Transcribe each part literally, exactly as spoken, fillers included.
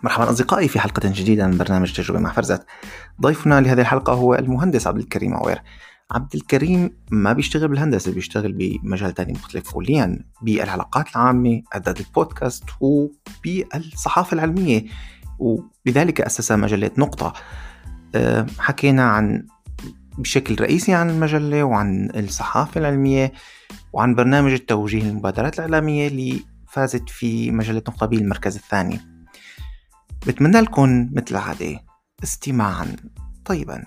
مرحبا أصدقائي في حلقة جديدة من برنامج تجربة مع فرزات. ضيفنا لهذه الحلقة هو المهندس عبد الكريم عوير. عبد الكريم ما بيشتغل بالهندسة، بيشتغل بمجال تاني مختلف كليا، بالعلاقات العامة، إعداد البودكاست وبالصحافة العلمية، ولذلك أسس مجلة نقطة. أه حكينا عن بشكل رئيسي عن المجلة وعن الصحافة العلمية وعن برنامج التوجيه للمبادرات الإعلامية اللي فازت في مجلة نقطة بالمركز الثاني. بتمنى لكم مثل العادة استماعا طيبا.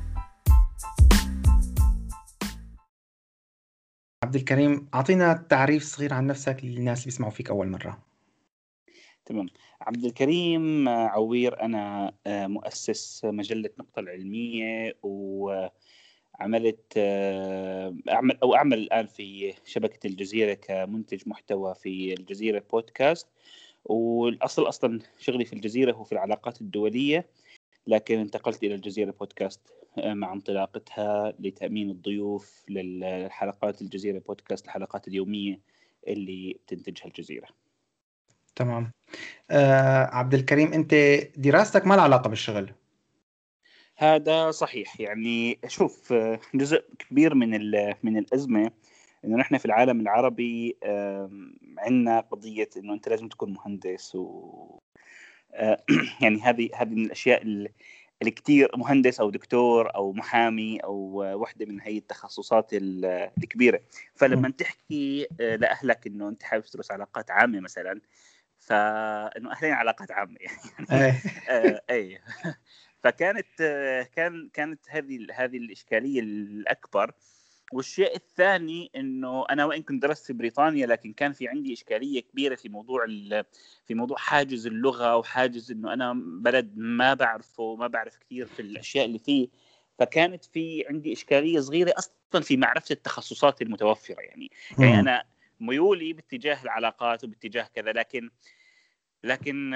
عبد الكريم، أعطينا تعريف صغير عن نفسك للناس اللي بيسمعوا فيك أول مرة. تمام. عبد الكريم عوير، أنا مؤسس مجلة نقطة العلمية، وعملت أعمل أو أعمل الآن في شبكة الجزيرة كمنتج محتوى في الجزيرة بودكاست. والأصل أصلا شغلي في الجزيرة هو في العلاقات الدولية، لكن انتقلت إلى الجزيرة بودكاست مع انطلاقتها لتأمين الضيوف للحلقات الجزيرة بودكاست، الحلقات اليومية اللي بتنتجها الجزيرة. تمام. آه عبد الكريم، أنت دراستك ما لها علاقة بالشغل؟ هذا صحيح. يعني شوف، جزء كبير من من الأزمة إنه نحن في العالم العربي عندنا قضية إنه أنت لازم تكون مهندس، و يعني هذه هذه من الأشياء اللي كتير، مهندس أو دكتور أو محامي أو واحدة من هي التخصصات الكبيرة. فلما تحكي لأهلك إنه أنت حابب تدرس علاقات عامة مثلا، فإنه أهلين علاقات عامة يعني آه أي فكانت كان كانت هذه هذه الإشكالية الأكبر. والشيء الثاني إنه أنا وإن كنت درست في بريطانيا، لكن كان في عندي إشكالية كبيرة في موضوع في موضوع حاجز اللغة، وحاجز إنه أنا بلد ما بعرفه، ما بعرف كثير في الأشياء اللي فيه. فكانت في عندي إشكالية صغيرة أصلا في معرفة التخصصات المتوفرة. يعني يعني أنا ميولي باتجاه العلاقات وباتجاه كذا، لكن لكن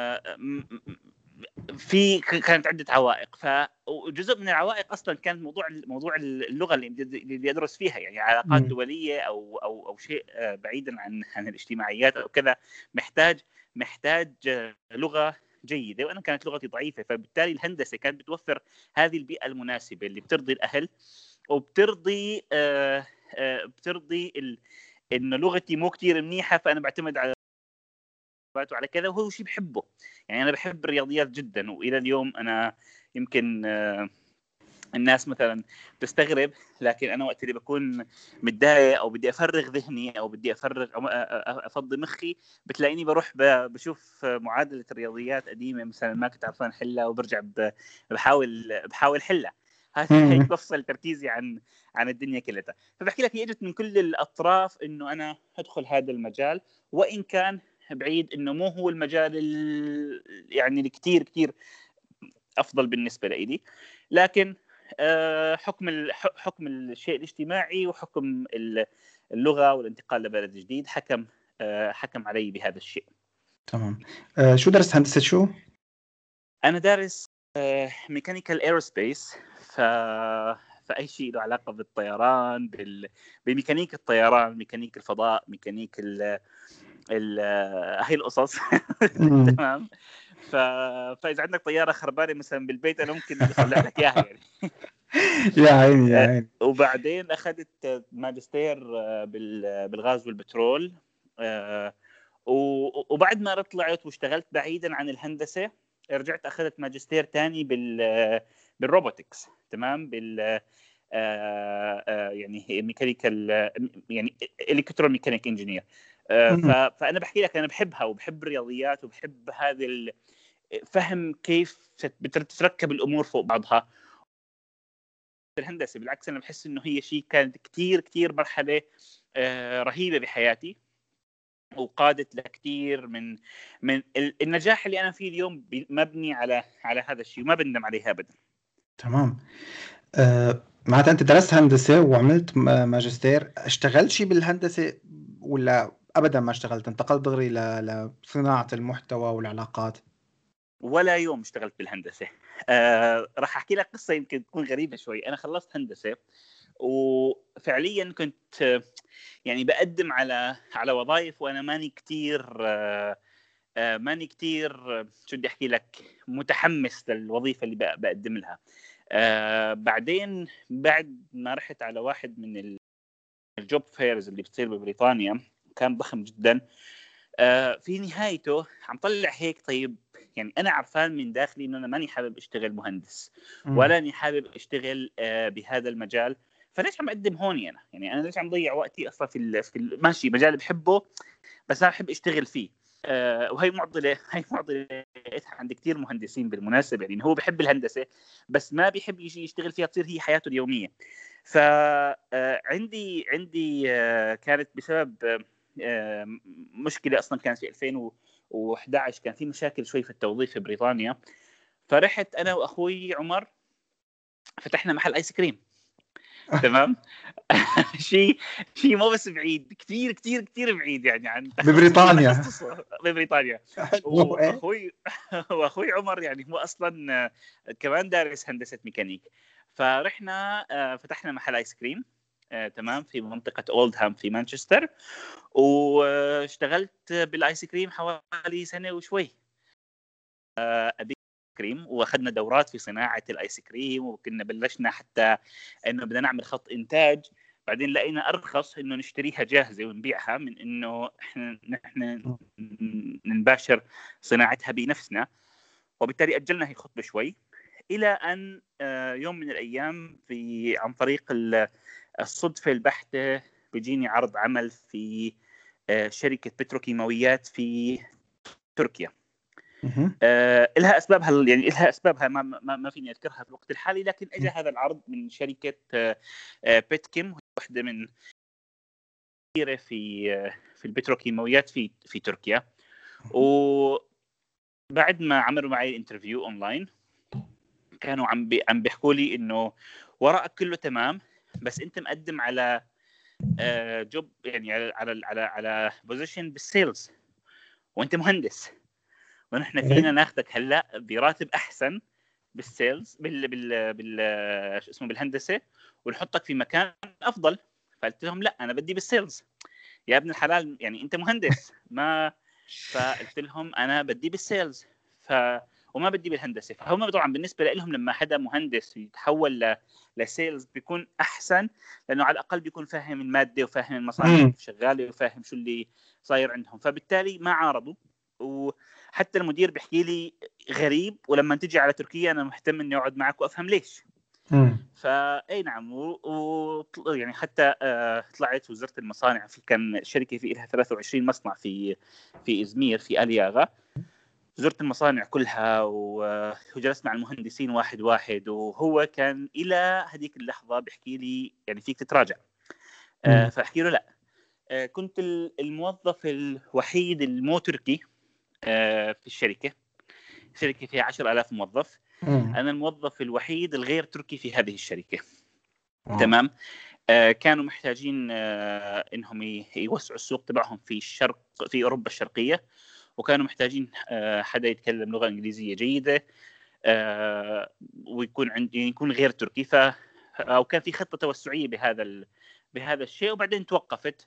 في كانت عدة عوائق. فجزء من العوائق أصلا كان موضوع موضوع اللغة اللي اللي يدرس فيها، يعني علاقات م. دولية أو أو أو شيء بعيدا عن عن الاجتماعيات أو كذا، محتاج محتاج لغة جيدة، وأنا كانت لغتي ضعيفة. فبالتالي الهندسة كانت بتوفر هذه البيئة المناسبة اللي بترضي الأهل، وبترضي آه آه بترضي ال... إنه لغتي مو كتير منيحة، فأنا بعتمد على وعلى كذا، وهو شيء بحبه. يعني أنا بحب الرياضيات جدا، وإلى اليوم أنا يمكن الناس مثلا تستغرب، لكن أنا وقت اللي بكون متضايق أو بدي أفرغ ذهني أو بدي أفرغ أو أفضي مخي، بتلاقيني بروح بشوف معادلة الرياضيات قديمة مثلا ما كنت عارفان حلها، وبرجع بحاول بحاول حلها. هذا هيك بفصل تركيزي عن عن الدنيا كلها. فبحكي لك هي اجت من كل الأطراف إنه أنا أدخل هذا المجال، وإن كان بعيد إنه مو هو المجال يعني الكتير كتير أفضل بالنسبة لي، لكن حكم حكم الشيء الاجتماعي وحكم اللغة والانتقال لبلد جديد حكم حكم علي بهذا الشيء. تمام. أه شو درست هندسة شو؟ أنا دارس ميكانيكال ايروسبيس، ف فأي شيء له علاقة بالطيران، بال... بميكانيك الطيران، ميكانيك الفضاء، ميكانيك ال ال هاي القصص تمام. ف... فإذا عندك طيارة خربانة مثلا بالبيت، أنا ممكن أصلح لك إياها يعني. يا عيني يا عيني. وبعدين أخذت ماجستير بالغاز والبترول، وبعد ما طلعت واشتغلت بعيدا عن الهندسة، رجعت أخذت ماجستير تاني بال بالروبوتكس. تمام. بال يعني ميكانيكال، يعني الكتروميكانيك انجينير. فأنا بحكي لك أنا بحبها وبحب الرياضيات وبحب هذا الفهم كيف بتتركب الأمور فوق بعضها. الهندسة بالعكس أنا بحس إنه هي شيء كانت كتير كتير مرحلة رهيبة بحياتي، وقادت لكتير من من النجاح اللي أنا فيه اليوم مبني على على هذا الشيء، وما بندم عليه أبدا. تمام. أه معناتها أنت درست هندسة وعملت ماجستير، اشتغلت شيء بالهندسة ولا أبدا ما اشتغلت؟ انتقلت دغري لصناعة المحتوى والعلاقات؟ ولا يوم اشتغلت بالهندسة. أه راح أحكي لك قصة يمكن تكون غريبة شوي. أنا خلصت هندسة وفعليا كنت يعني بقدم على على وظائف، وأنا ماني كتير أه آه ماني كتير شو بدي احكي لك متحمس للوظيفه اللي بقدم لها. آه بعدين بعد ما رحت على واحد من الجوب فيرز اللي بتصير ببريطانيا، كان ضخم جدا. آه في نهايته عم طلع هيك، طيب يعني انا عرفان من داخلي انه انا ماني حابب اشتغل مهندس ولا اني حابب اشتغل آه بهذا المجال، فليش عم اقدم هون انا؟ يعني انا ليش عم ضيع وقتي اصلا في في ماشي مجال بحبه بس انا بحب اشتغل فيه. آه وهي معضله هي معضله عند كثير مهندسين بالمناسبه، يعني هو بحب الهندسه بس ما بيحب يجي يشتغل فيها تصير هي حياته اليوميه. فعندي عندي آه كانت بسبب آه مشكله اصلا كانت في ألفين وأحد عشر، كان في مشاكل شوي في التوظيف في بريطانيا، فرحت انا واخوي عمر فتحنا محل ايس كريم. تمام. شيء شيء مو بس بعيد، كثير كثير كثير بعيد يعني عن ببريطانيا. ببريطانيا. واخوي واخوي عمر يعني هو اصلا كمان دارس هندسه ميكانيك، فرحنا فتحنا محل ايس كريم تمام في منطقه اولدهام في مانشستر، واشتغلت بالايس كريم حوالي سنه وشوي. أبي كريم واخذنا دورات في صناعه الايس كريم، وكنا بلشنا حتى انه بدنا نعمل خط انتاج. بعدين لقينا ارخص انه نشتريها جاهزه ونبيعها من انه احنا نحن نباشر صناعتها بنفسنا، وبالتالي اجلنا هي الخطوه شوي الى ان يوم من الايام في عن طريق الصدفه البحته بيجيني عرض عمل في شركه بتروكيماويات في تركيا. آه لها اسبابها، يعني لها اسبابها ما ما, ما فيني اذكرها في الوقت الحالي، لكن اجى هذا العرض من شركه آه بيتكيم، واحده من كثيره في آه في البتروكيماويات في في تركيا. وبعد ما عملوا معي انترفيو اونلاين كانوا عم بي عم بيحكوا لي انه وراءك كله تمام، بس انت مقدم على آه جوب، يعني على على على, على بوزيشن بالسيلز وانت مهندس، ونحن فينا ناخذك هلا براتب احسن بالسيلز بال بال بال شو اسمه بالهندسه، ونحطك في مكان افضل. فقلت لهم لا انا بدي بالسيلز يا ابن الحلال، يعني انت مهندس ما. فقلت لهم انا بدي بالسيلز ف وما بدي بالهندسه. فهم طبعا بالنسبه لهم لما حدا مهندس يتحول ل... لسيلز بيكون احسن، لانه على الاقل بيكون فاهم الماده وفاهم المصانع كيف شغاله وفاهم شو اللي صاير عندهم، فبالتالي ما عارضوا. وحتى المدير بيحكي لي غريب، ولما تجي على تركيا انا مهتم اني اقعد معك وافهم ليش. فاي نعم، و... و... يعني حتى آه طلعت وزرت المصانع، في كان شركه في لها ثلاثة وعشرين مصنع في في ازمير في الياغا. زرت المصانع كلها وجلست مع المهندسين واحد واحد، وهو كان الى هذيك اللحظه بيحكي لي يعني فيك تتراجع. آه فاحكي له لا. آه كنت الموظف الوحيد المو تركي آه في الشركه. شركه فيها عشرة آلاف موظف، انا الموظف الوحيد الغير تركي في هذه الشركه. أوه. تمام. آه كانوا محتاجين آه انهم يوسعوا السوق تبعهم في الشرق في اوروبا الشرقيه، وكانوا محتاجين آه حدا يتكلم لغه انجليزيه جيده آه ويكون عندي يعني يكون غير تركي. ف او كان في خطه توسعيه بهذا ال... بهذا الشيء، وبعدين توقفت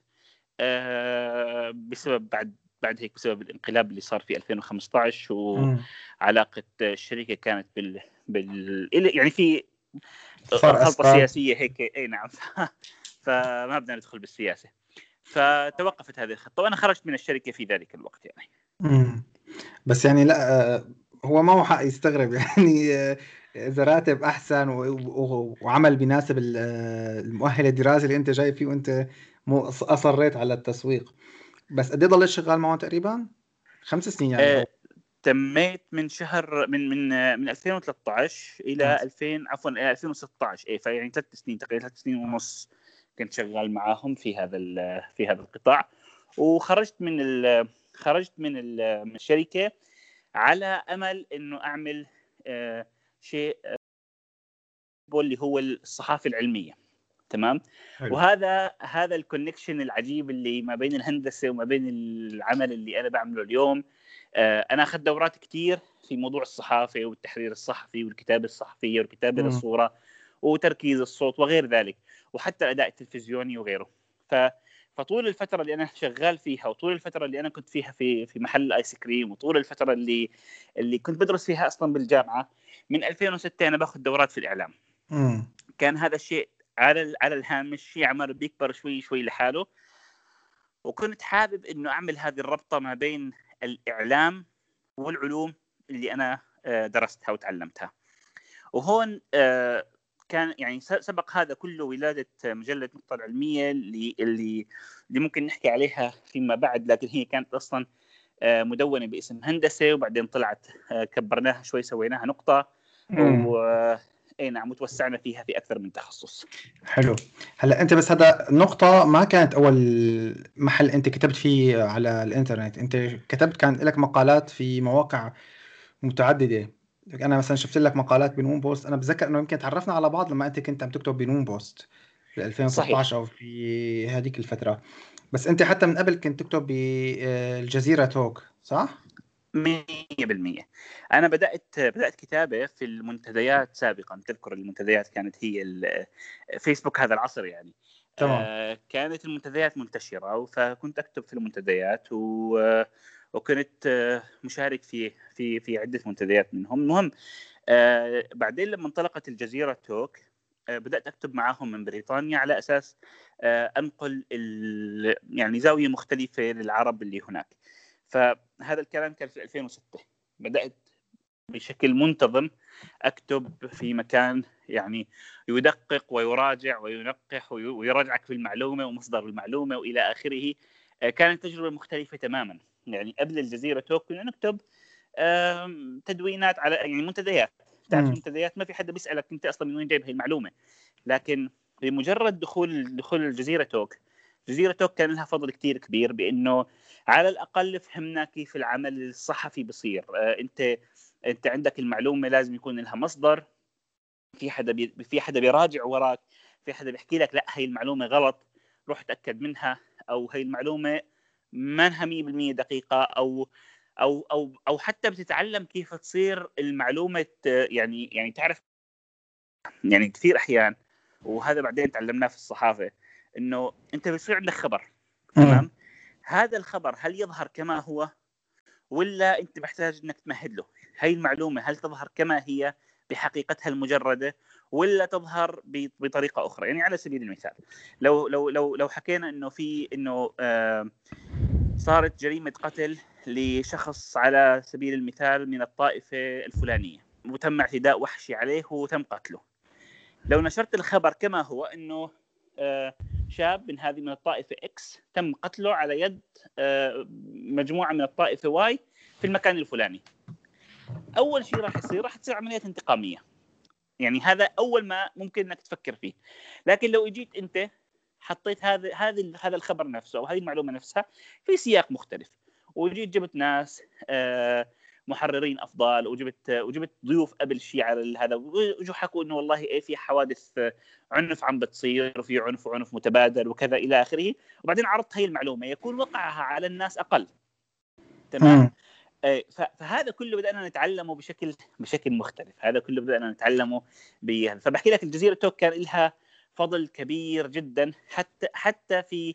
آه بسبب بعد بعد هيك بسبب الانقلاب اللي صار في ألفين وخمسة عشر، وعلاقه الشركه كانت بال, بال... يعني في خلطه سياسيه هيك. اي نعم. فما بدنا ندخل بالسياسه، فتوقفت هذه الخطه وانا خرجت من الشركه في ذلك الوقت يعني. امم بس يعني لا هو ما هو حق يستغرب يعني اذا راتب احسن وعمل بيناسب المؤهل الدراسي اللي انت جاي فيه وانت مو اصريت على التسويق. بس قد ايه ضليت شغال معه تقريبا؟ خمس سنين يعني. أه تميت من شهر من من من ألفين وثلاثة عشر الى ألفين عفوا الى ألفين وستة عشر. اي فيعني ثلاث سنين تقريبا، ثلاث سنين ونص كنت شغال معاهم في هذا في هذا القطاع. وخرجت من خرجت من من الشركه على امل انه اعمل آه شيء آه اللي هو الصحافه العلميه. تمام. حلو. وهذا هذا الكونكشن العجيب اللي ما بين الهندسه وما بين العمل اللي انا بعمله اليوم. آه انا اخذت دورات كثير في موضوع الصحافه والتحرير الصحفي والكتابه الصحفيه والكتابه للصوره وتركيز الصوت وغير ذلك، وحتى الاداء التلفزيوني وغيره. ف فطول الفترة اللي أنا شغال فيها وطول الفترة اللي أنا كنت فيها في في محل آيس كريم وطول الفترة اللي اللي كنت بدرس فيها أصلا بالجامعة من ألفين وستة أنا باخذ دورات في الإعلام. مم. كان هذا الشيء على على الهامش يعمل بيكبر شوي شوي لحاله، وكنت حابب إنه أعمل هذه الربطة ما بين الإعلام والعلوم اللي أنا درستها وتعلمتها. وهون كان يعني سبق هذا كله ولادة مجلة نقطة العلمية اللي اللي اللي ممكن نحكي عليها فيما بعد، لكن هي كانت أصلا مدونة باسم هندسة وبعدين طلعت كبرناها شوي سويناها نقطة و اي نعم وتوسعنا فيها في أكثر من تخصص. حلو. هلا أنت بس هذا نقطة ما كانت أول محل أنت كتبت فيه على الإنترنت، أنت كتبت كان لك مقالات في مواقع متعددة. أنا مثلا شفت لك مقالات بنون بوست، أنا بتذكر إنه يمكن تعرفنا على بعض لما أنت كنت عم تكتب بنون بوست في ألفين وستة عشر أو في هذيك الفترة. بس أنت حتى من قبل كنت تكتب بالجزيرة توك صح؟ مية بالمية. أنا بدأت بدأت كتابة في المنتديات سابقا. تذكر المنتديات كانت هي فيسبوك هذا العصر يعني. تمام. آه كانت المنتديات منتشرة فكنت أكتب في المنتديات و وكنت مشارك في في في عدة منتديات منهم. المهم آه بعدين لما انطلقت الجزيرة توك آه بدأت أكتب معهم من بريطانيا على أساس آه أنقل يعني زاوية مختلفة للعرب اللي هناك. فهذا الكلام كان في ألفين وستة. بدأت بشكل منتظم أكتب في مكان يعني يدقق ويراجع وينقح ويراجعك في المعلومة ومصدر المعلومة وإلى آخره. كانت تجربة مختلفة تماما. يعني قبل الجزيرة توك كنا نكتب تدوينات على يعني منتديات. تعرف المنتديات ما في حدا بيسألك أنت أصلا من وين جايب هاي المعلومة، لكن بمجرد دخول دخول الجزيرة توك جزيرة توك كان لها فضل كتير كبير بأنه على الأقل فهمنا كيف العمل الصحفي بصير. أنت أنت عندك المعلومة لازم يكون لها مصدر، في حدا بي في حدا بيراجع وراك، في حدا بيحكي لك لا هي المعلومة غلط روح تأكد منها، أو هي المعلومة ما انها مية بالمية دقيقة، أو أو أو أو حتى بتتعلم كيف تصير المعلومة يعني يعني تعرف يعني كثير أحيان، وهذا بعدين تعلمناه في الصحافة، إنه أنت بيصير عندك خبر تمام، هذا الخبر هل يظهر كما هو ولا أنت محتاج إنك تمهد له؟ هاي المعلومة هل تظهر كما هي بحقيقتها المجردة ولا تظهر بطريقة أخرى؟ يعني على سبيل المثال لو لو لو لو حكينا إنه في إنه آه صارت جريمة قتل لشخص على سبيل المثال من الطائفة الفلانية وتم اعتداء وحشي عليه وتم قتله، لو نشرت الخبر كما هو إنه آه شاب من هذه من الطائفة إكس تم قتله على يد آه مجموعة من الطائفة واي في المكان الفلاني، أول شيء راح يصير راح تصير عملية انتقامية. يعني هذا أول ما ممكن إنك تفكر فيه. لكن لو اجيت أنت حطيت هذا هذا هذا الخبر نفسه أو هذه المعلومة نفسها في سياق مختلف، وجيت جبت ناس آه محررين افضل، وجبت وجبت ضيوف قبل شيء على هذا، وجوا حكوا انه والله ايه في حوادث عنف عم بتصير وفي عنف وعنف متبادل وكذا الى اخره، وبعدين عرضت هي المعلومه يكون وقعها على الناس اقل. تمام. فهذا كله بدأنا نتعلمه بشكل بشكل مختلف، هذا كله بدأنا نتعلمه بهذا. فبحكي لك الجزيرة توك كان لها فضل كبير جدا حتى حتى في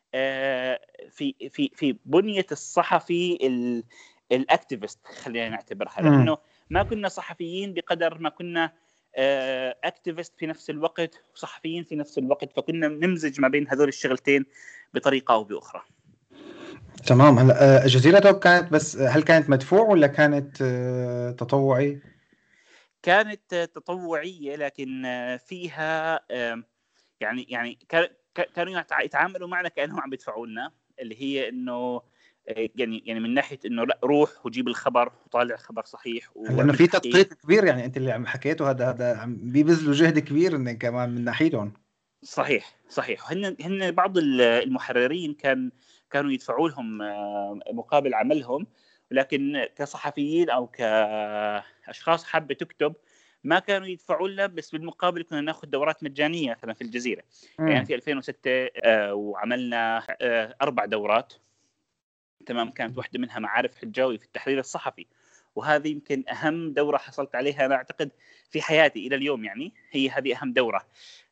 في في في بنية الصحفي الاكتيفيست، خلينا نعتبرها، لانه ما كنا صحفيين بقدر ما كنا اكتيفيست في نفس الوقت وصحفيين في نفس الوقت، فكنا نمزج ما بين هذول الشغلتين بطريقة او باخرى. تمام. هلا الجزيرة توك كانت بس هل كانت مدفوع ولا كانت تطوعي؟ كانت تطوعية، لكن فيها يعني يعني كانوا يتعاملوا معنا كأنهم عم بيدفعوا لنا، اللي هي انه يعني يعني من ناحيه انه لا روح وجيب الخبر وطالع خبر صحيح، لانه في تدقيق كبير. يعني انت اللي عم حكيته هذا هذا عم بيبذلوا جهد كبير إن كمان من ناحيتهم. صحيح صحيح. هن هن بعض المحررين كان كانوا يدفعوا لهم مقابل عملهم، لكن كصحفيين او كاشخاص حابه تكتب ما كانوا يدفعوا لنا، بس بالمقابل كنا ناخذ دورات مجانيه مثلا في الجزيره. م. يعني في ألفين وستة وعملنا اربع دورات. تمام. كانت واحدة منها معارف حجاوي في التحرير الصحفي، وهذه يمكن أهم دورة حصلت عليها أنا أعتقد في حياتي إلى اليوم. يعني هي هذه أهم دورة.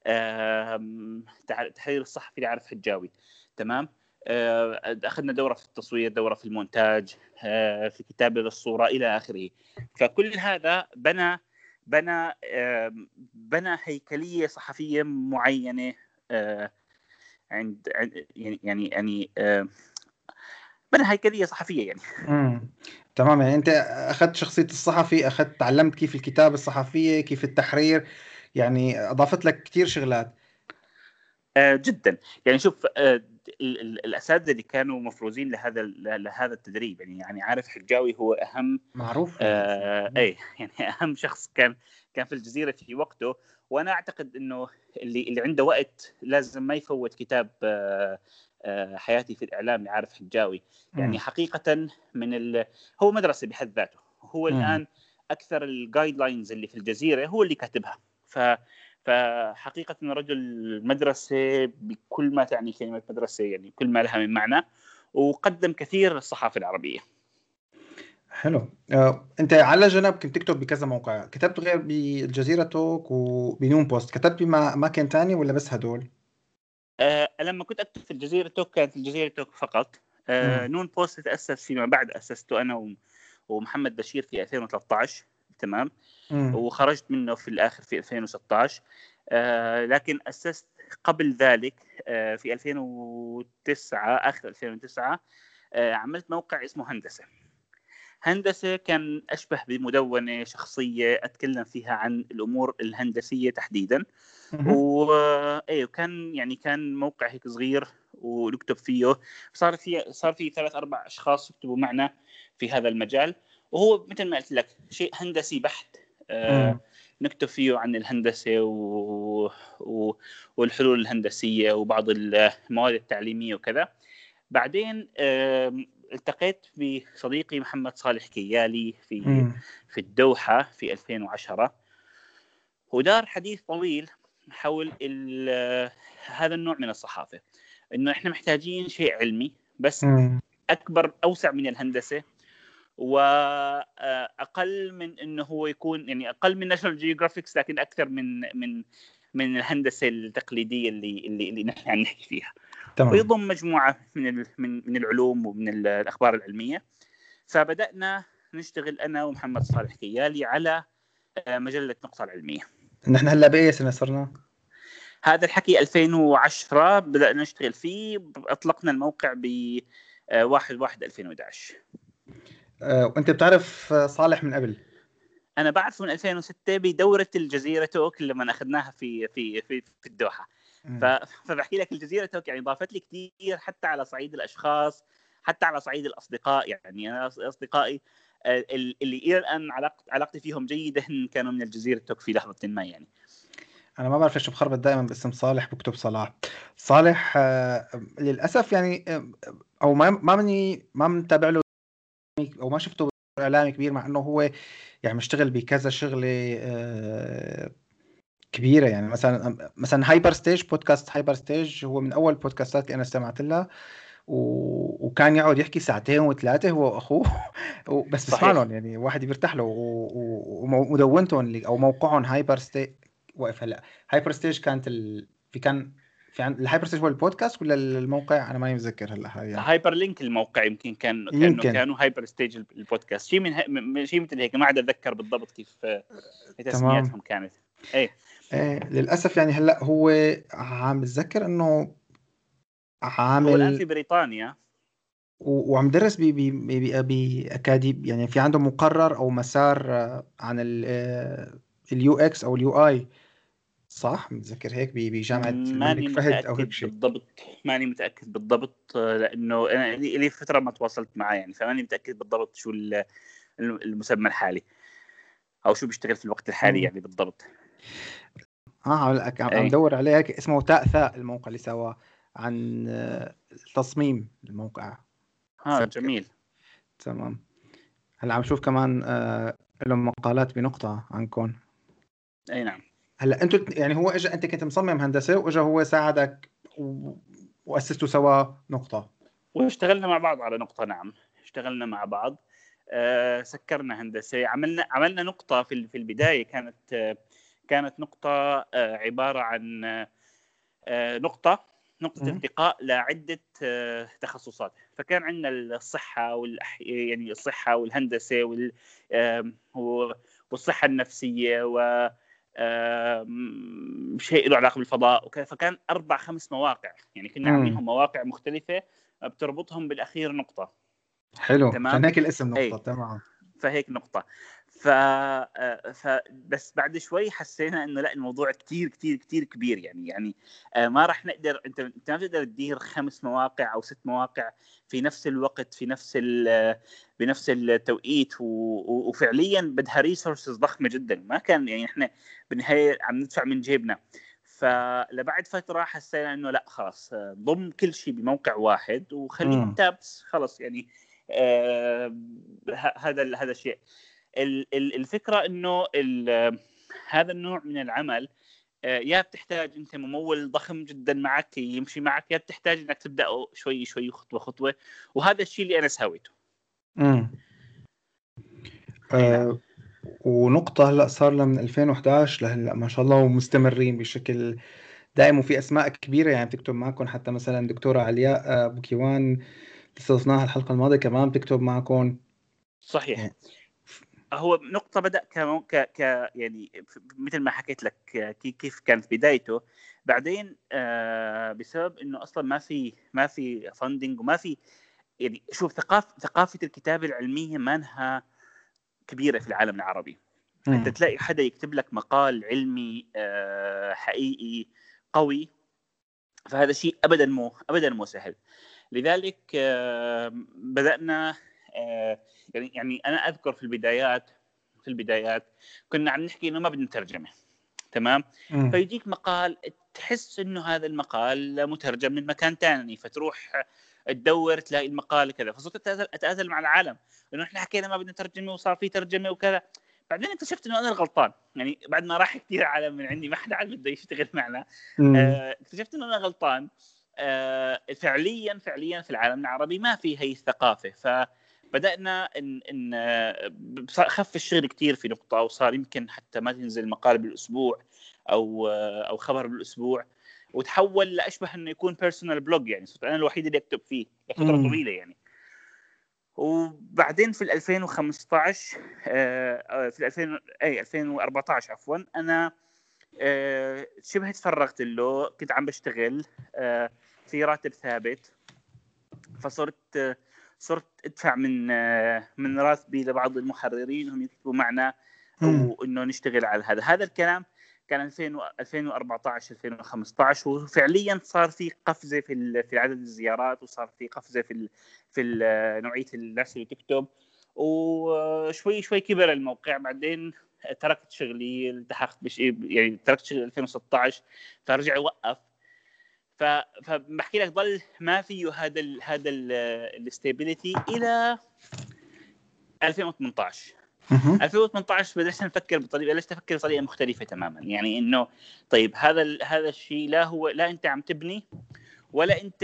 تحرير الصحفي لعارف حجاوي، تمام. أخذنا دورة في التصوير، دورة في المونتاج، في كتابة الصورة إلى آخره. فكل هذا بنى بنى بنى هيكلية صحفية معينة عند يعني يعني يعني بنى هيكلية صحفية يعني. امم تمام. يعني انت اخذت شخصية الصحفي، اخذت تعلمت كيف الكتابة الصحفية، كيف التحرير، يعني اضافت لك كتير شغلات. آه جدا. يعني شوف، آه الاساتذه اللي كانوا مفروزين لهذا لهذا التدريب، يعني يعني عارف حجاوي هو اهم معروف. آه اي يعني اهم شخص كان كان في الجزيره في وقته. وانا اعتقد انه اللي اللي عنده وقت لازم ما يفوت كتاب آه آه حياتي في الاعلام لعارف حجاوي. يعني مم. حقيقه من ال... هو مدرسه بحد ذاته. هو مم. الان اكثر الجايد لاينز اللي في الجزيره هو اللي كاتبها. ف فحقيقة رجل مدرسة بكل ما تعني كلمة مدرسة، يعني كل ما لها من معنى، وقدم كثير للصحافة العربية. حلو. آه، انت على جنب كنت تكتب بكذا موقع، كتبت غير بالجزيرة توك وبنون بوست، كتبت بأماكن تانية ولا بس هدول؟ أه لما كنت أكتب في الجزيرة توك كانت الجزيرة توك فقط. أه نون بوست تأسس فيما بعد، أسسته أنا ومحمد بشير في ألفين وثلاثة عشر، تمام. مم. وخرجت منه في الآخر في ألفين وستة عشر. أه لكن أسست قبل ذلك أه في ألفين وتسعة، آخر ألفين وتسعة، أه عملت موقع اسمه هندسة. هندسة كان أشبه بمدونة شخصية أتكلم فيها عن الأمور الهندسية تحديدا. وأيه كان يعني كان موقع هيك صغير ونكتب فيه. صار في صار في ثلاث أربع أشخاص يكتبوا معنا في هذا المجال، وهو مثل ما قلت لك شيء هندسي بحت. آه نكتب فيه عن الهندسة و... و... والحلول الهندسية وبعض المواد التعليمية وكذا. بعدين آه التقيت بصديقي محمد صالح كيالي في مم. في الدوحة في ألفين وعشرة، ودار حديث طويل حول هذا النوع من الصحافة، إنه إحنا محتاجين شيء علمي بس مم. أكبر أوسع من الهندسة، وأقل من إنه هو يكون يعني أقل من ناشونال جيوغرافيكس، لكن أكثر من من من الهندسة التقليدية اللي اللي اللي نحن عم نحكي فيها. تمام. ويضم مجموعة من من من العلوم ومن الأخبار العلمية. فبدأنا نشتغل أنا ومحمد صالح كيالي على مجلة نقطة العلمية. نحن هلا بأي سنة صرنا؟ هذا الحكي ألفين وعشرة بدأنا نشتغل فيه، أطلقنا الموقع ب واحد واحد ألفين وإحدى عشر. أه، وأنت بتعرف صالح من قبل؟ أنا بعرفه من ألفين وستة بدورة الجزيرة توك لما أخذناها في في في في الدوحة. فبحكي لك الجزيرة توك يعني ضافت لي كثير، حتى على صعيد الأشخاص، حتى على صعيد الأصدقاء. يعني أنا أصدقائي اللي إلى الآن علاقتي فيهم جيدة كانوا من الجزيرة توك في لحظة ما. يعني أنا ما بعرف ليش بخربط دائما باسم صالح بكتب صلاح. صالح آه للأسف يعني آه أو ما ما مني ما متابع له أو ما شفته إعلامي كبير، مع إنه هو يعني مشتغل بكذا شغلة آه كبيرة. يعني مثلا مثلا هايبر ستيج، بودكاست هايبر ستيج هو من أول بودكاستات اللي أنا استمعت لها، و... وكان يقعد يحكي ساعتين وثلاثة هو وأخوه بس بسمع لهم، يعني واحد بيرتاح له. ومدونتهم اللي أو موقعهم هايبر ستيج واقف هلا. هايبر ستيج كانت ال... في كان في عن الهايبر ستيج هو البودكاست ولا الموقع؟ أنا ماني متذكر هلا حاليا. هايبر لينك الموقع يمكن كان كانه كانوا هايبر ستيج البودكاست، شيء من ه... شيء مثل هيك، ما عاد اتذكر بالضبط كيف تسمياتهم كانت. ايه ايه للاسف. يعني هلا هو عم بتذكر انه عامل هو الان في بريطانيا وعم درس بأكاديم، يعني في عنده مقرر او مسار عن اليو اكس او اليو اي، صح؟ متذكر هيك بجامعة الملك فهد او هيك شيء. بالضبط ماني متاكد بالضبط، لانه انا لي فتره ما تواصلت معاه، يعني فماني متاكد بالضبط شو المسمى الحالي او شو بيشتغل في الوقت الحالي يعني بالضبط. اه عم دور عليه هيك، اسمه تاء ثاء الموقع اللي سواه عن تصميم الموقع. ها جميل. تمام. هلا عم شوف كمان آه لهم مقالات بنقطة عنكم. اي نعم. هلا انتوا يعني هو اجى، انت كنت مصمم هندسة واجى هو ساعدك و... واسستوا سوا نقطة، واشتغلنا مع بعض على نقطة. نعم اشتغلنا مع بعض. آه سكرنا هندسة. عملنا عملنا نقطة في في البداية، كانت آه كانت نقطة آه عبارة عن آه نقطة نقطة التقاء لعدة آه تخصصات. فكان عندنا الصحة والأح... يعني الصحة والهندسة وال آه والصحة النفسية و شيء له علاقة بالفضاء وكذا. فكان أربع خمس مواقع، يعني كنا عاملينهم مواقع مختلفة بتربطهم بالأخير نقطة. حلو، تمام، عشان هيك الاسم نقطة. أي. تمام، فهيك نقطة. ف... ف بس بعد شوي حسينا انه لا، الموضوع كتير كتير كتير كبير. يعني يعني ما راح نقدر، انت انت ما تقدر تدير خمس مواقع او ست مواقع في نفس الوقت في نفس ال... بنفس التوقيت، و... وفعليا بدها ريسورسز ضخمة جدا. ما كان يعني احنا بالنهاية عم ندفع من جيبنا. فلبعد فترة حسينا انه لا خلاص، ضم كل شيء بموقع واحد وخليه تابس خلاص. يعني آه هذا هذا الشيء. الفكرة انه هذا النوع من العمل آه يا بتحتاج انت ممول ضخم جدا معك يمشي معك، يا بتحتاج انك تبدأ شوي شوي خطوة خطوة. وهذا الشيء اللي انا سويته. امم آه ونقطة هلا صار لها من ألفين وإحدى عشر لهلا ما شاء الله، ومستمرين بشكل دائم، وفي اسماء كبيرة يعني بتكتب معكم. حتى مثلا دكتورة علياء بوكيوان استضفناها الحلقة الماضية كمان بتكتب معكم. صحيح يعني. هو نقطة بدأ ك ك يعني مثل ما حكيت لك كيف كانت بدايته. بعدين آه بسبب إنه أصلا ما في ما في فاندنج وما في، يعني شوف ثقافة ثقافة الكتابة العلمية ما انها كبيرة في العالم العربي. م. أنت تلاقي حدا يكتب لك مقال علمي آه حقيقي قوي، فهذا شيء أبدا مو أبدا مو سهل. لذلك آه بدأنا آه يعني يعني أنا أذكر في البدايات في البدايات كنا عم نحكي إنه ما بدنا ترجمة. تمام. م. فيجيك مقال تحس إنه هذا المقال مترجم من مكان تاني، فتروح تدور تلاقي المقال كذا. فصرت أتأذل, أتأذل مع العالم إنه إحنا حكينا ما بدنا ترجمة وصار في ترجمة وكذا. بعدين اكتشفت إنه أنا الغلطان. يعني بعد ما راح كتير عالم من عندي ما حدا عاد بده يشتغل معنا، آه اكتشفت إنه أنا غلطان. آه فعليا فعليا في العالم العربي ما في هي الثقافة. ف بدأنا إن إن خف الشغل كتير في نقطة، وصار يمكن حتى ما تنزل مقال بالأسبوع أو أو خبر بالأسبوع، وتحول لأشبه إنه يكون بيرسونال بلوج. يعني صرت أنا الوحيد اللي أكتب فيه لفترة طويلة يعني. وبعدين في ألفين وخمسة عشر في ألفين أي ألفين وأربعة عشر عفوا أنا شبه تفرغت له. كنت عم بشتغل في راتب ثابت، فصرت صرت ادفع من من راتبي لبعض المحررين هم يكتبوا معنا وانه نشتغل على هذا هذا الكلام. كان ألفين وأربعة عشر ألفين وخمسة عشر، وفعليا صار في قفزه في في عدد الزيارات، وصار في قفزه في في نوعيه الناس اللي تكتب، وشوي شوي كبر الموقع. بعدين تركت شغلي، التحقت بشيء يعني تركت شغلي ألفين وستة عشر، فرجع وقف. ف فبحكي لك ضل ما فيه هذا ال هذا الاستابيليتي الى ألفين وثمانية عشر. ألفين وثمانية عشر بدأت نفكر بطريقه بدأت افكر بطريقه مختلفه تماما. يعني انه طيب هذا هذا الشيء لا هو لا انت عم تبني ولا انت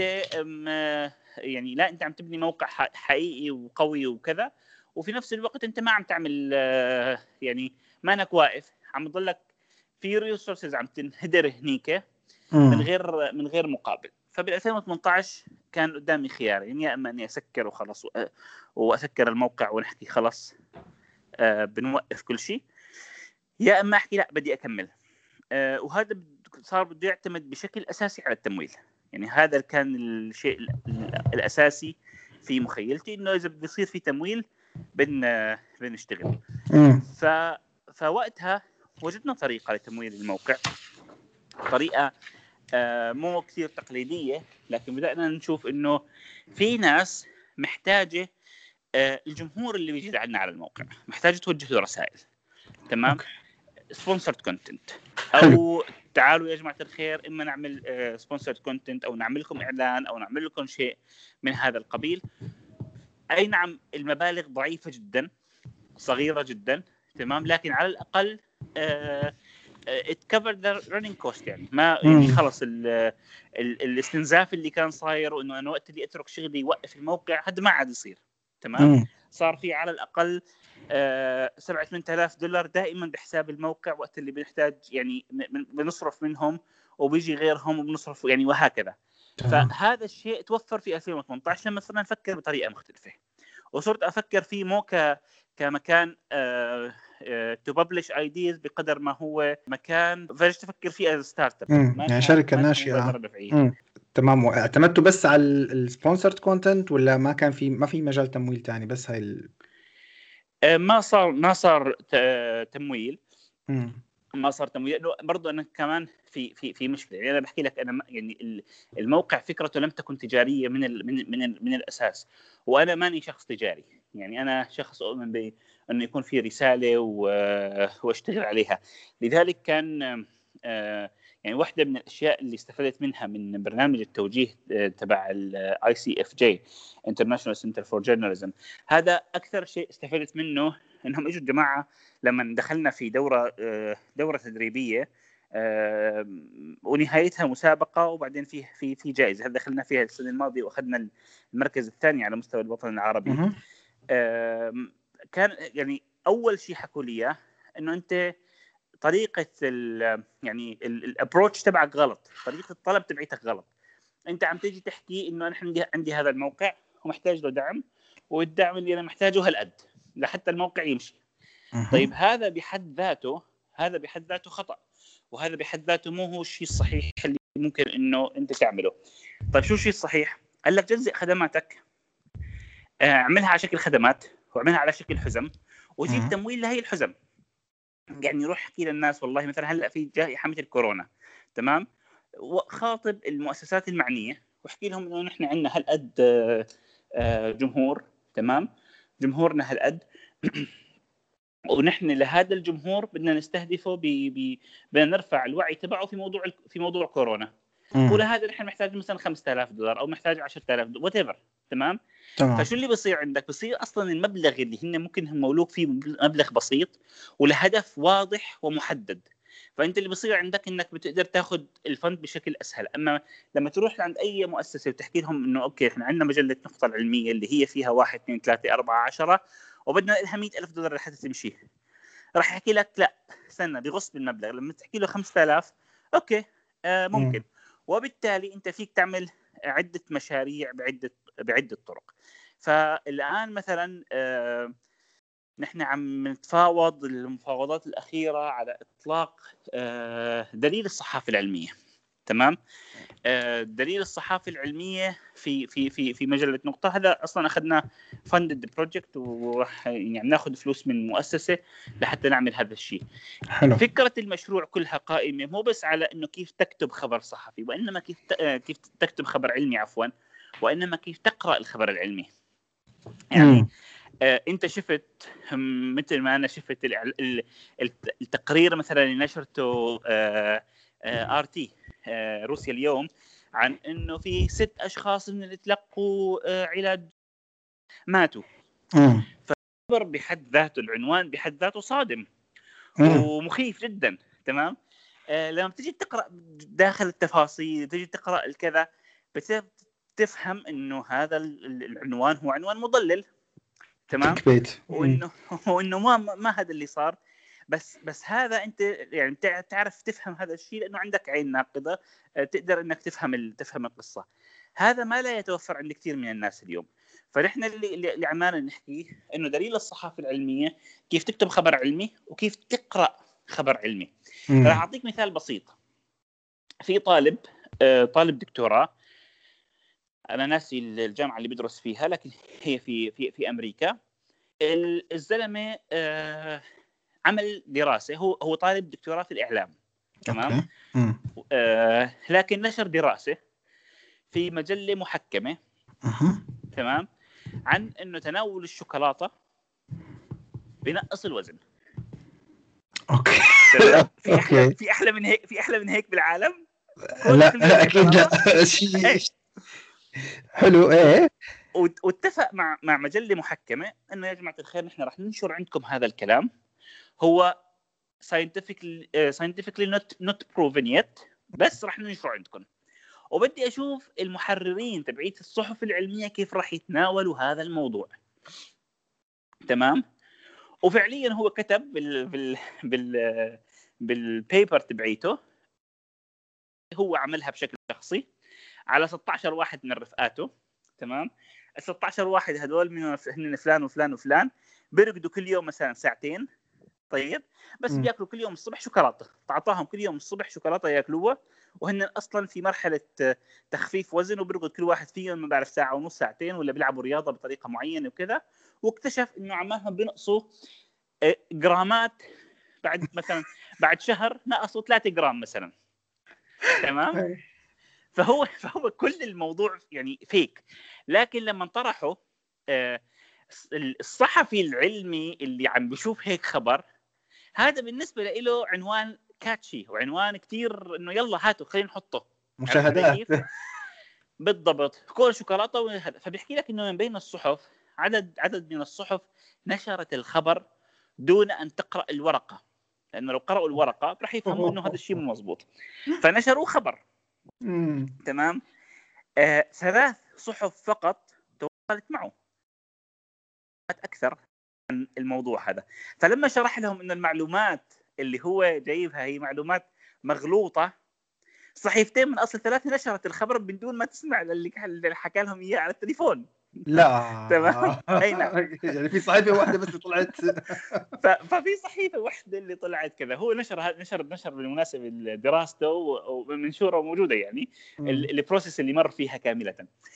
يعني لا انت عم تبني موقع حقيقي وقوي وكذا، وفي نفس الوقت انت ما عم تعمل يعني ما انك واقف، عم تضلك في ريسورسز عم تنهدر هنيك من غير من غير مقابل. فبال ألفين وثمانية عشر كان قدامي خيارين، يا اما اني اسكر وخلص واسكر الموقع ونحكي خلص آه بنوقف كل شيء، يا اما احكي لا بدي اكمل. آه وهذا صار بده يعتمد بشكل اساسي على التمويل. يعني هذا كان الشيء الاساسي في مخيلتي، انه اذا بده يصير في تمويل بن بنشتغل. ف فوقتها وجدنا طريقه لتمويل الموقع، طريقه آه مو كثير تقليدية، لكن بدأنا نشوف إنه في ناس محتاجة آه الجمهور اللي بيجي عندنا على الموقع محتاجة توجه له رسائل. تمام. سبونسرد كونتنت، أو تعالوا يا جماعة الخير إما نعمل سبونسرد آه كونتنت أو نعمل لكم إعلان أو نعمل لكم شيء من هذا القبيل. أي نعم المبالغ ضعيفة جدا، صغيرة جدا، تمام، لكن على الأقل آه it covered the running cost. يعني ما يعني خلص ال ال الاستنزاف اللي كان صاير، وانه انا وقت اللي اترك شغلي يوقف الموقع هذا ما عاد يصير. تمام. مم. صار في على الاقل آه سبعة ثمانية آلاف دولار دائما بحساب الموقع وقت اللي بنحتاج يعني بنصرف منهم وبيجي غيرهم وبنصرف يعني وهكذا. فهذا الشيء توفر في ألفين وثمانية عشر لما صرنا نفكر بطريقه مختلفه، وصرت افكر فيه مو ك كمكان آه آه to publish ideas بقدر ما هو مكان فاش تفكر فيه از ستارت اب، يعني شركه ناشئه. تمام. اعتمدتوا بس على السبونسرد كونتنت ولا ما كان في ما في مجال تمويل تاني؟ بس هاي ال... آه ما صار ما صار تمويل. م. ما صار تمويل برضو. انا كمان في في في مشكله، يعني انا بحكي لك انا يعني الموقع فكرته لم تكن تجاريه من ال من من, ال من الاساس، وانا ماني شخص تجاري. يعني انا شخص اؤمن بانه يكون في رساله واشتغل عليها. لذلك كان يعني واحده من الاشياء اللي استفدت منها من برنامج التوجيه تبع الاي سي اف جي International Center for Journalism، هذا اكثر شيء استفدت منه انهم اجوا الجماعه لما دخلنا في دوره دوره تدريبيه ونهايتها مسابقه وبعدين في في في جائزه. هذا دخلنا فيها السنه الماضيه واخذنا المركز الثاني على مستوى الوطن العربي. كان يعني اول شيء حكوا لي انه انت طريقه ال يعني الابروتش تبعك غلط، طريقه الطلب تبعتك غلط. انت عم تيجي تحكي انه انا عندي عندي هذا الموقع ومحتاج له دعم، والدعم اللي انا محتاجه هالقد لحتى الموقع يمشي. طيب هذا بحد ذاته هذا بحد ذاته خطأ، وهذا بحد ذاته مو هو الشيء الصحيح اللي ممكن انه انت تعمله. طيب شو الشيء الصحيح؟ قال لك جزء خدماتك، اعملها على شكل خدمات واعملها على شكل حزم وجيب تمويل لهي الحزم. يعني روح احكي للناس والله مثلا هلا في جائحه مثل كورونا، تمام، وخاطب المؤسسات المعنيه واحكي لهم انه نحن عندنا هالقد جمهور، تمام، جمهورنا هالقد ونحن لهذا الجمهور بدنا نستهدفه ب ب بدنا نرفع الوعي تبعه في موضوع في موضوع كورونا، ولهذا نحن محتاج مثلا خمسة آلاف دولار او محتاج عشرة آلاف دولار وات ايفر، تمام؟ تمام. فشو اللي بيصير عندك؟ بيصير اصلا المبلغ اللي هن ممكن هم مولوك فيه مبلغ بسيط ولهدف واضح ومحدد، فانت اللي بيصير عندك انك بتقدر تاخذ الفند بشكل اسهل. اما لما تروح عند اي مؤسسه وتحكي لهم انه اوكي احنا عندنا مجله نقطه العلميه اللي هي فيها واحد اثنين ثلاثة أربعة عشرة وبدنا لها مئة ألف دولار لحتى تمشي، راح يحكي لك لا استنى بغص بالمبلغ. لما تحكي له خمسة آلاف اوكي آه ممكن م. وبالتالي انت فيك تعمل عده مشاريع بعده بعده طرق. فالان مثلا آه نحن عم نتفاوض المفاوضات الاخيره على اطلاق آه دليل الصحافه العلميه، تمام. آه دليل الصحافه العلميه في في في في مجله نقطه، هذا اصلا اخذنا فندد بروجكت وراح يعني ناخذ فلوس من مؤسسه لحتى نعمل هذا الشيء. حلو. فكره المشروع كلها قائمه مو بس على انه كيف تكتب خبر صحفي، وانما كيف كيف تكتب خبر علمي عفوا وانما كيف تقرا الخبر العلمي. يعني آه انت شفت مثل ما انا شفت التقرير مثلا اللي نشرته آه آه ار تي آه روسيا اليوم عن انه في ست اشخاص من اللي تلقوا آه علاج ماتوا. فالخبر بحد ذاته العنوان بحد ذاته صادم مم. ومخيف جدا، تمام. آه لما تيجي تقرا داخل التفاصيل تيجي تقرا الكذا بتفهم انه هذا العنوان هو عنوان مضلل، تمام، وانه وانه ما ما هذا اللي صار. بس بس هذا انت يعني تعرف تفهم هذا الشيء لانه عندك عين ناقده تقدر انك تفهم تفهم القصه. هذا ما لا يتوفر عند كثير من الناس اليوم. فنحن اللي اللي عمالنا نحكي انه دليل الصحافه العلميه كيف تكتب خبر علمي وكيف تقرا خبر علمي. راح اعطيك مثال بسيط. في طالب طالب دكتوراه، انا ناسي الجامعه اللي بدرس فيها لكن هي في في في امريكا. الزلمه عمل دراسه، هو هو طالب دكتوراه في الاعلام، تمام. آه لكن نشر دراسه في مجله محكمه، تمام، عن انه تناول الشوكولاته بينقص الوزن. اوكي في احلى في احلى من هيك في احلى من هيك بالعالم؟ لا لا اكيد لا شيء حلو. ايه واتفق مع مع مجله محكمه انه يا جماعه الخير نحن راح ننشر عندكم هذا الكلام، هو scientifically uh, scientifically not not proven yet، بس راح ننشر عندكم. وبدي اشوف المحررين تبعيت الصحف العلميه كيف راح يتناولوا هذا الموضوع. تمام. وفعليا هو كتب بال بال بال بالبيبر تبعيته، هو عملها بشكل شخصي على ستة عشر واحد من رفقاته. تمام. ال ستة عشر واحد هذول من هن فلان وفلان وفلان بيرقدوا كل يوم مثلا ساعتين. طيب بس مم. بياكلوا كل يوم الصبح شوكولاته، تعطاهم كل يوم الصبح شوكولاته ياكلوها، وهن اصلا في مرحله تخفيف وزن، وبيرقد كل واحد فيهم ما بعرف ساعه ونص ساعتين، ولا بيلعبوا رياضه بطريقه معينه وكذا. واكتشف انه عمالهم بينقصوا آه، جرامات، بعد مثلا بعد شهر نقصوا ثلاثة جرام مثلا. تمام. فهو فهو كل الموضوع يعني فيك. لكن لما طرحوا آه، الصحفي العلمي اللي عم بيشوف هيك خبر، هذا بالنسبه له عنوان كاتشي وعنوان كتير انه يلا هاتوا خلينا نحطه. مشاهدات. كيف؟ بالضبط، كل شوكولاته وهذا. فبيحكي لك انه من بين الصحف عدد عدد من الصحف نشرت الخبر دون ان تقرا الورقه، لانه لو قرأوا الورقه راح يفهموا انه هذا الشيء مو مزبوط، فنشروا خبر. تمام. آه، ثلاث صحف فقط تواصلت معه اكثر عن الموضوع هذا. فلما شرح لهم ان المعلومات اللي هو جايبها هي معلومات مغلوطه، صحيفتين من اصل ثلاثه نشرت الخبر من دون ما تسمع اللي حكى لهم اياه على التليفون. لا تمام. اي نعم. يعني في صحيفه واحده بس طلعت. ففي صحيفه واحده اللي طلعت كذا. هو نشر نشر نشر بالمناسبه دراسته ومنشوره وموجوده يعني البروسيس اللي مر فيها كامله.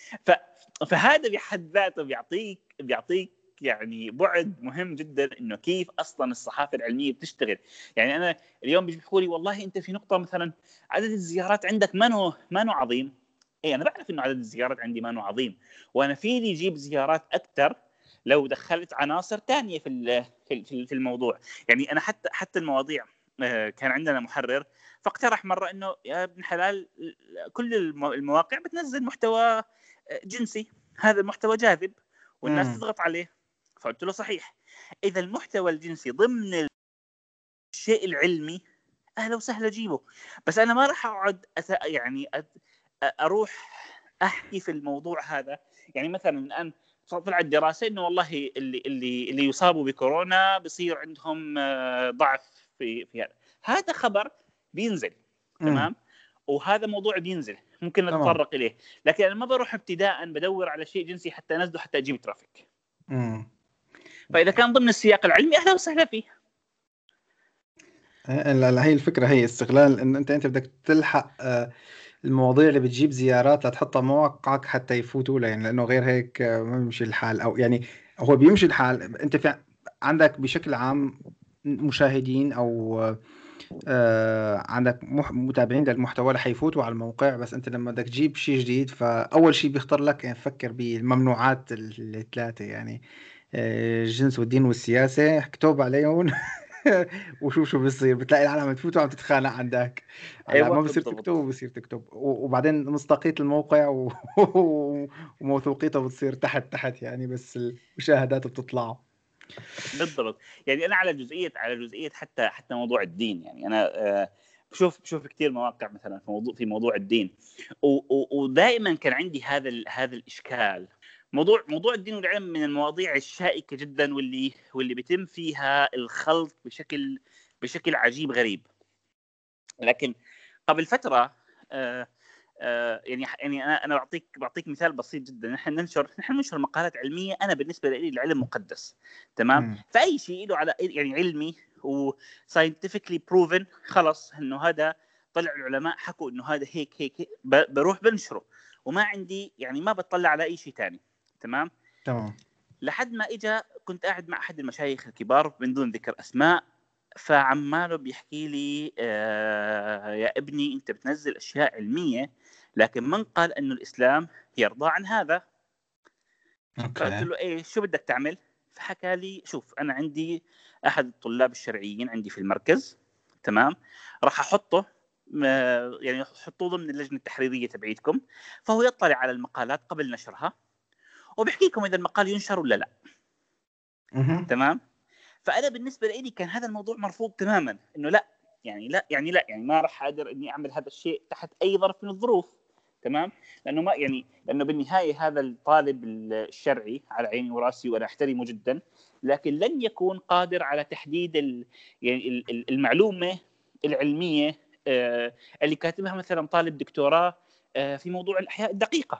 فهذا بحد ذاته بيعطيك بيعطيك يعني بعد مهم جدا انه كيف اصلا الصحافه العلميه بتشتغل. يعني انا اليوم بيحكوا لي والله انت في نقطه مثلا عدد الزيارات عندك ما نو ما نو عظيم. اي انا بعرف انه عدد الزيارات عندي ما نو عظيم، وانا فيني اجيب زيارات اكثر لو دخلت عناصر تانية في في الموضوع. يعني انا حتى حتى المواضيع كان عندنا محرر فاقترح مره انه يا ابن حلال كل المواقع بتنزل محتوى جنسي، هذا المحتوى جاذب والناس مم. تضغط عليه. فقلت له صحيح، اذا المحتوى الجنسي ضمن الشيء العلمي اهلا وسهلا جيبه، بس انا ما راح اقعد أت... يعني أت... اروح احكي في الموضوع هذا. يعني مثلا الان طلعت دراسه انه والله اللي اللي اللي يصابوا بكورونا بصير عندهم ضعف في في هذا هذا خبر بينزل. تمام. وهذا موضوع بينزل ممكن نتطرق اليه، لكن انا ما بروح ابتداء بدور على شيء جنسي حتى انزله حتى اجيب ترافيك. امم فاذا كان ضمن السياق العلمي اهلا وسهلا فيه. لا هي الفكره، هي استغلال ان انت انت بدك تلحق المواضيع اللي بتجيب زيارات لتحطها مواقعك حتى يفوتوا لها، يعني لانه غير هيك ما بيمشي الحال. او يعني هو بيمشي الحال، انت في عندك بشكل عام مشاهدين او آه عندك متابعين للمحتوى اللي حيفوتوا على الموقع، بس انت لما بدك تجيب شيء جديد فاول شيء بيخطر لك يعني فكر بالممنوعات الثلاثه، يعني آه الجنس والدين والسياسه، اكتب عليهم وشوف شو بيصير. بتلاقي العالم تفوت وعم تتخانق عندك. هلا أيوة ما بصير تكتب وبصير تكتب، وبعدين مصداقية الموقع و... وموثوقيته بتصير تحت تحت يعني، بس المشاهدات بتطلع. بالضبط. يعني انا على جزئيه على جزئيه حتى حتى موضوع الدين. يعني انا بشوف بشوف كثير مواقع مثلا في موضوع في موضوع الدين، ودائما كان عندي هذا هذا الاشكال. موضوع موضوع الدين والعلم من المواضيع الشائكه جدا، واللي واللي بيتم فيها الخلط بشكل بشكل عجيب غريب. لكن قبل فتره آه آه يعني يعني انا انا بعطيك بعطيك مثال بسيط جدا. نحن ننشر نحن ننشر مقالات علميه. انا بالنسبه لي العلم مقدس. تمام. مم. فاي شيء له على يعني علمي وساينتفكلي بروفن خلص انه هذا طلع العلماء حكوا انه هذا هيك هيك, هيك بروح بنشره، وما عندي يعني ما بطلع على اي شيء ثاني. تمام. تمام. لحد ما اجى كنت قاعد مع احد المشايخ الكبار من دون ذكر اسماء، فعماله بيحكي لي آه يا ابني انت بتنزل اشياء علميه، لكن من قال انه الاسلام يرضى عن هذا؟ فقلت له ايه شو بدك تعمل؟ فحكى لي شوف انا عندي احد الطلاب الشرعيين عندي في المركز. تمام. راح احطه يعني حطوه ضمن اللجنه التحريريه تبعيتكم، فهو يطلع على المقالات قبل نشرها وبيحكي لكم اذا المقال ينشر ولا لا. مم. تمام. فانا بالنسبه لي كان هذا الموضوع مرفوض تماما، انه لا يعني لا يعني لا يعني ما راح اقدر اني اعمل هذا الشيء تحت اي ظرف من الظروف. تمام، لانه ما يعني لانه بالنهايه هذا الطالب الشرعي على عيني وراسي وانا احترمه جدا، لكن لن يكون قادر على تحديد ال يعني المعلومه العلميه اللي كاتبها مثلا طالب دكتوراه في موضوع الاحياء الدقيقه.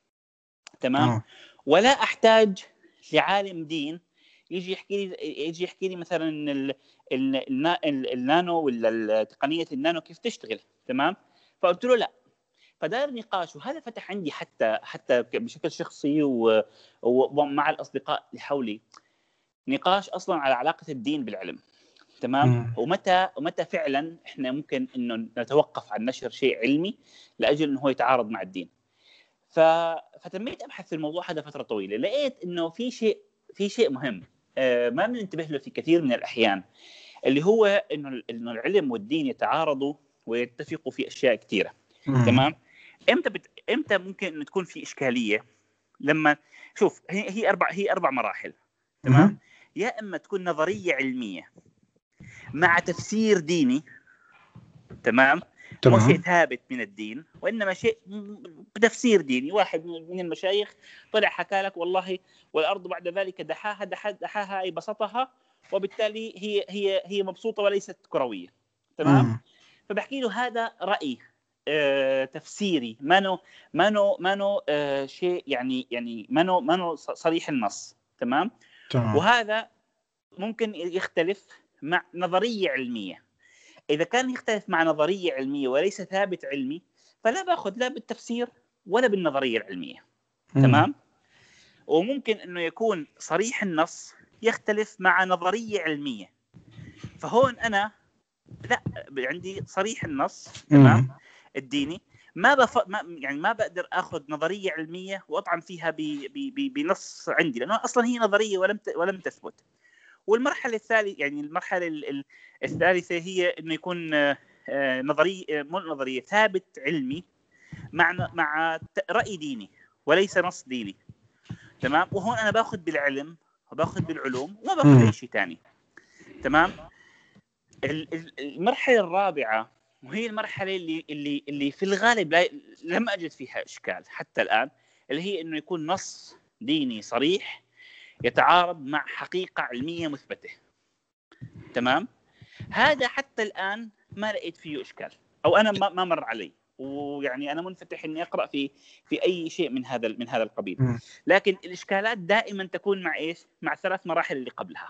تمام آه. ولا احتاج لعالم دين يجي يحكي لي يجي يحكي لي مثلا ال ال النانو ولا تقنيه النانو كيف تشتغل. تمام، فقلت له لا. فدار نقاش، وهذا فتح عندي حتى حتى بشكل شخصي ومع الاصدقاء اللي حولي نقاش اصلا على علاقه الدين بالعلم. تمام م. ومتى ومتى فعلا احنا ممكن انه نتوقف عن نشر شيء علمي لاجل انه هو يتعارض مع الدين. ف... فتميت ابحث في الموضوع هذا فتره طويله، لقيت انه في شيء في شيء مهم آه ما بننتبه له في كثير من الاحيان، اللي هو انه انه العلم والدين يتعارضوا ويتفقوا في اشياء كثيره. تمام، امتى بت... امتى ممكن انه تكون في اشكاليه؟ لما شوف هي هي اربع هي اربع مراحل. تمام، يا اما تكون نظريه علميه مع تفسير ديني. تمام، مو شيء ثابت من الدين وانما شيء بتفسير ديني. واحد من المشايخ طلع حكى لك والله والارض بعد ذلك دحاها دحاها اي بسطها، وبالتالي هي هي هي مبسوطه وليست كرويه. تمام م. فبحكي له هذا راي آه تفسيري، مانو مانو مانو آه شيء يعني يعني مانو مانو صريح النص. تمام, تمام. وهذا ممكن يختلف مع نظريه علميه. إذا كان يختلف مع نظرية علمية وليس ثابت علمي فلا بأخذ لا بالتفسير ولا بالنظرية العلمية. م. تمام، وممكن أنه يكون صريح النص يختلف مع نظرية علمية، فهون أنا لا عندي صريح النص. تمام م. الديني ما بف... ما يعني ما بقدر أخذ نظرية علمية وأطعن فيها ب... ب... ب... بنص عندي، لأنه أصلا هي نظرية ولم ت... ولم تثبت. والمرحله الثالثه يعني المرحله الثالثه هي انه يكون نظري مو نظريه ثابت علمي مع مع راي ديني وليس نص ديني. تمام، وهون انا باخذ بالعلم وباخذ بالعلوم وما باخذ اي شيء ثاني. تمام، المرحله الرابعه وهي المرحله اللي اللي اللي في الغالب لا لم اجد فيها اشكال حتى الان، اللي هي انه يكون نص ديني صريح يتعارض مع حقيقة علمية مثبتة. تمام، هذا حتى الآن ما لقيت فيه إشكال، أو أنا ما ما مر علي، ويعني أنا منفتح إني أقرأ في في أي شيء من هذا من هذا القبيل. لكن الإشكالات دائما تكون مع إيش؟ مع ثلاث مراحل اللي قبلها.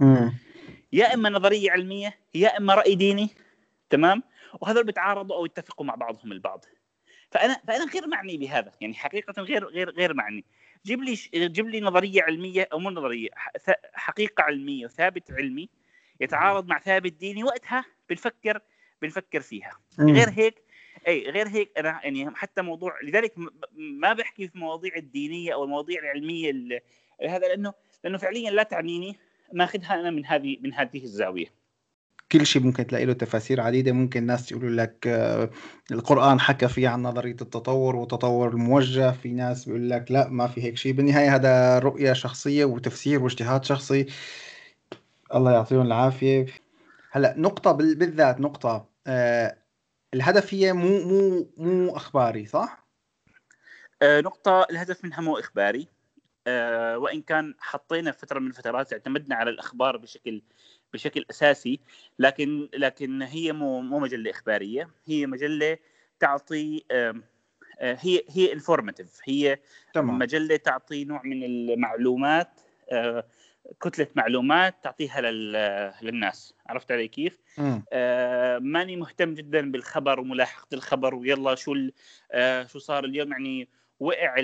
يا إما نظرية علمية، يا إما رأي ديني. تمام، وهذول بيتعارضوا أو يتفقوا مع بعضهم البعض. فأنا فأنا غير معني بهذا، يعني حقيقة غير غير غير معني. جيب لي جيب لي نظريه علميه او مو نظريه، حقيقه علميه وثابت علمي يتعارض مع ثابت ديني، وقتها بنفكر بنفكر فيها. م. غير هيك اي غير هيك انا يعني حتى موضوع، لذلك ما بحكي في المواضيع الدينيه او المواضيع العلميه هذا، لانه لانه فعليا لا تعنيني، ماخذها انا من هذه من هذه الزاويه. كل شيء ممكن تلاقي له تفاسير عديدة. ممكن ناس يقولوا لك القرآن حكى فيه عن نظرية التطور والتطور الموجه، في ناس بيقول لك لا ما في هيك شيء. بالنهاية هذا رؤية شخصية وتفسير واجتهاد شخصي، الله يعطيهم العافية. هلا نقطة بالذات نقطة آه الهدف هي مو مو مو أخباري صح؟ آه نقطة الهدف منها مو إخباري، آه وإن كان حطينا فترة من الفترات اعتمدنا على الأخبار بشكل بشكل أساسي، لكن لكن هي مو مو مجلة إخبارية، هي مجلة تعطي آه آه هي هي انفورماتيف، هي تمام. مجلة تعطي نوع من المعلومات، آه كتلة معلومات تعطيها للناس. عرفت علي كيف؟ آه ماني مهتم جدا بالخبر وملاحقة الخبر ويلا شو آه شو صار اليوم. يعني وقع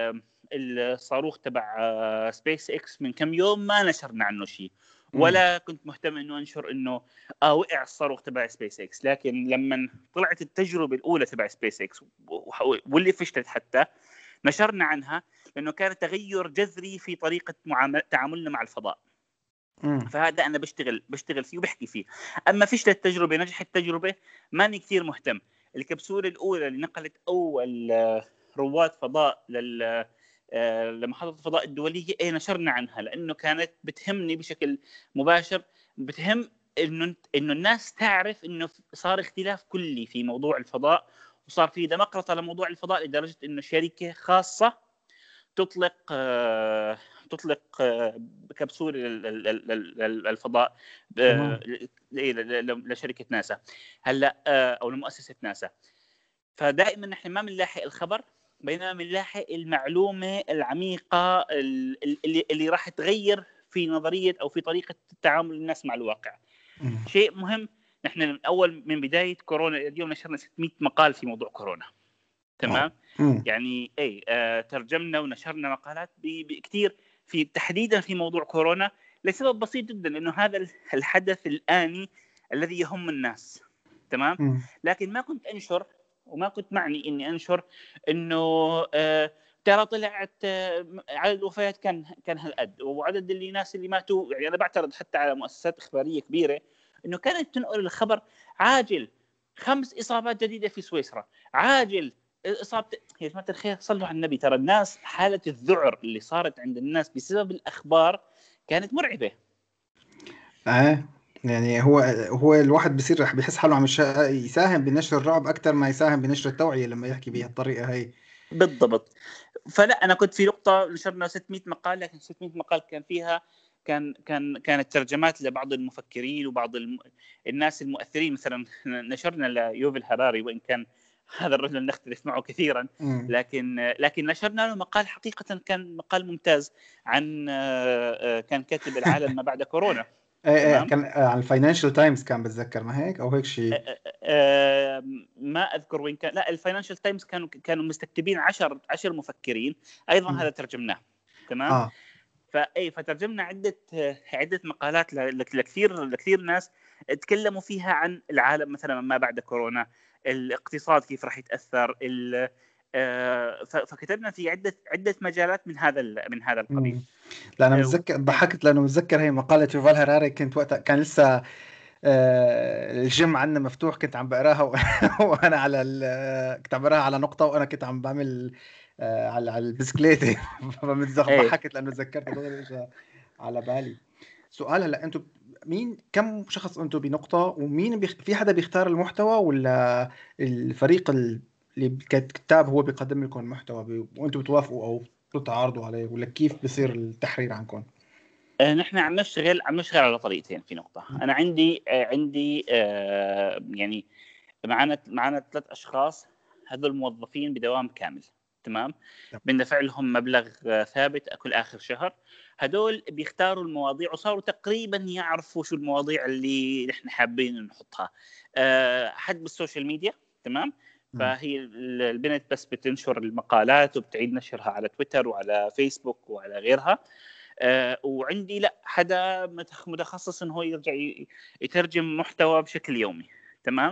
الصاروخ تبع سبيس اكس من كم يوم ما نشرنا عنه شيء، ولا كنت مهتم انه انشر انه اه وقع الصاروخ تبع سبيس اكس. لكن لما طلعت التجربة الاولى تبع سبيس اكس واللي فشلت حتى نشرنا عنها، لانه كان تغير جذري في طريقة معامل تعاملنا مع الفضاء. مم. فهذا انا بشتغل بشتغل فيه وبحكي فيه. اما فشلت التجربة نجحت التجربة ماني كثير مهتم. الكبسولة الاولى اللي نقلت اول رواد فضاء لل لمحطة الفضاء الدولية ايه نشرنا عنها، لانه كانت بتهمني بشكل مباشر. بتهم انه انه الناس تعرف انه صار اختلاف كلي في موضوع الفضاء، وصار في دمقرطة لموضوع الفضاء لدرجة إنه شركة خاصة تطلق آه تطلق آه كبسولة للفضاء آه لشركة ناسا هلا آه أو لمؤسسة ناسا. فدائما نحن ما بنلاحق الخبر بينما بنلاحق المعلومة العميقة اللي, اللي راح تغير في نظرية أو في طريقة تعامل الناس مع الواقع. م. شيء مهم، نحن من أول من بداية كورونا اليوم نشرنا ستمائة مقال في موضوع كورونا، تمام؟ م. يعني أي آه ترجمنا ونشرنا مقالات بكثير في تحديدا في موضوع كورونا لسبب بسيط جدا، إنه هذا الحدث الآني الذي يهم الناس، تمام؟ م. لكن ما كنت أنشر وما كنت معني إني أنشر إنه آه ترى طلعت آه عدد الوفيات كان كان هالقد، وعدد اللي ناس اللي ماتوا. يعني أنا بعترض حتى على مؤسسات إخبارية كبيرة إنه كانت تنقل الخبر عاجل، خمس إصابات جديدة في سويسرا، عاجل إصابة. يا جماعة الخير صلوا على النبي، ترى الناس حالة الذعر اللي صارت عند الناس بسبب الأخبار كانت مرعبة. آه يعني هو هو الواحد بيصير رح بيحس حاله عم يساهم بنشر الرعب أكتر ما يساهم بنشر التوعية لما يحكي بهالطريقة هاي. بالضبط. فلا أنا كنت في نقطة نشرنا ستمائة مقال، لكن ستمائة مقال كان فيها كان كان كانت ترجمات لبعض المفكرين وبعض الم... الناس المؤثرين. مثلا نشرنا ليوفل هراري، وإن كان هذا الرجل نختلف معه كثيرا، لكن لكن نشرنا له مقال حقيقة كان مقال ممتاز عن كان كاتب العالم ما بعد كورونا. ايه كان على الفاينانشال تايمز كان بتذكر ما هيك او هيك شيء؟ ما اذكر وين كان. لا الفاينانشال تايمز كانوا كانوا مستكتبين عشر عشر مفكرين ايضا. م. هذا ترجمناه، تمام. آه. فاي فترجمنا عده عده مقالات لكثير لكثير ناس تكلموا فيها عن العالم مثلا ما بعد كورونا، الاقتصاد كيف راح يتاثر، فكتبنا في عده عده مجالات من هذا من هذا القبيل. م. لا انا متذكر ضحكت لانه متذكر هي مقاله يوفال هراري، كنت وقتها كان لسه آه الجيم عندنا مفتوح، كنت عم بقراها وانا على كنت عم بقراها على نقطه وانا كنت عم بعمل آه على على البسكليته ضحكت لانه تذكرت دغري اجى على بالي. سؤال هلا انتم مين كم شخص انتم بنقطه، ومين بيخ... في حدا بيختار المحتوى ولا الفريق اللي كتاب هو بيقدم لكم المحتوى بي... وانتم بتوافقوا او بتتعارضوا عليه، ولا كيف بيصير التحرير عنكم؟ نحن عم نشتغل عم نشتغل على طريقتين في نقطة. أنا عندي عندي آه يعني معنا معنا ثلاث أشخاص، هذول موظفين بدوام كامل، تمام. بندفع لهم مبلغ ثابت كل آخر شهر. هذول بيختاروا المواضيع وصاروا تقريبا يعرفوا شو المواضيع اللي نحن حابين نحطها. آه حد بالسوشيال ميديا، تمام. فهي البنت بس بتنشر المقالات وبتعيد نشرها على تويتر وعلى فيسبوك وعلى غيرها. آه وعندي لا حدا متخصص انه هو يرجع يترجم محتوى بشكل يومي، تمام.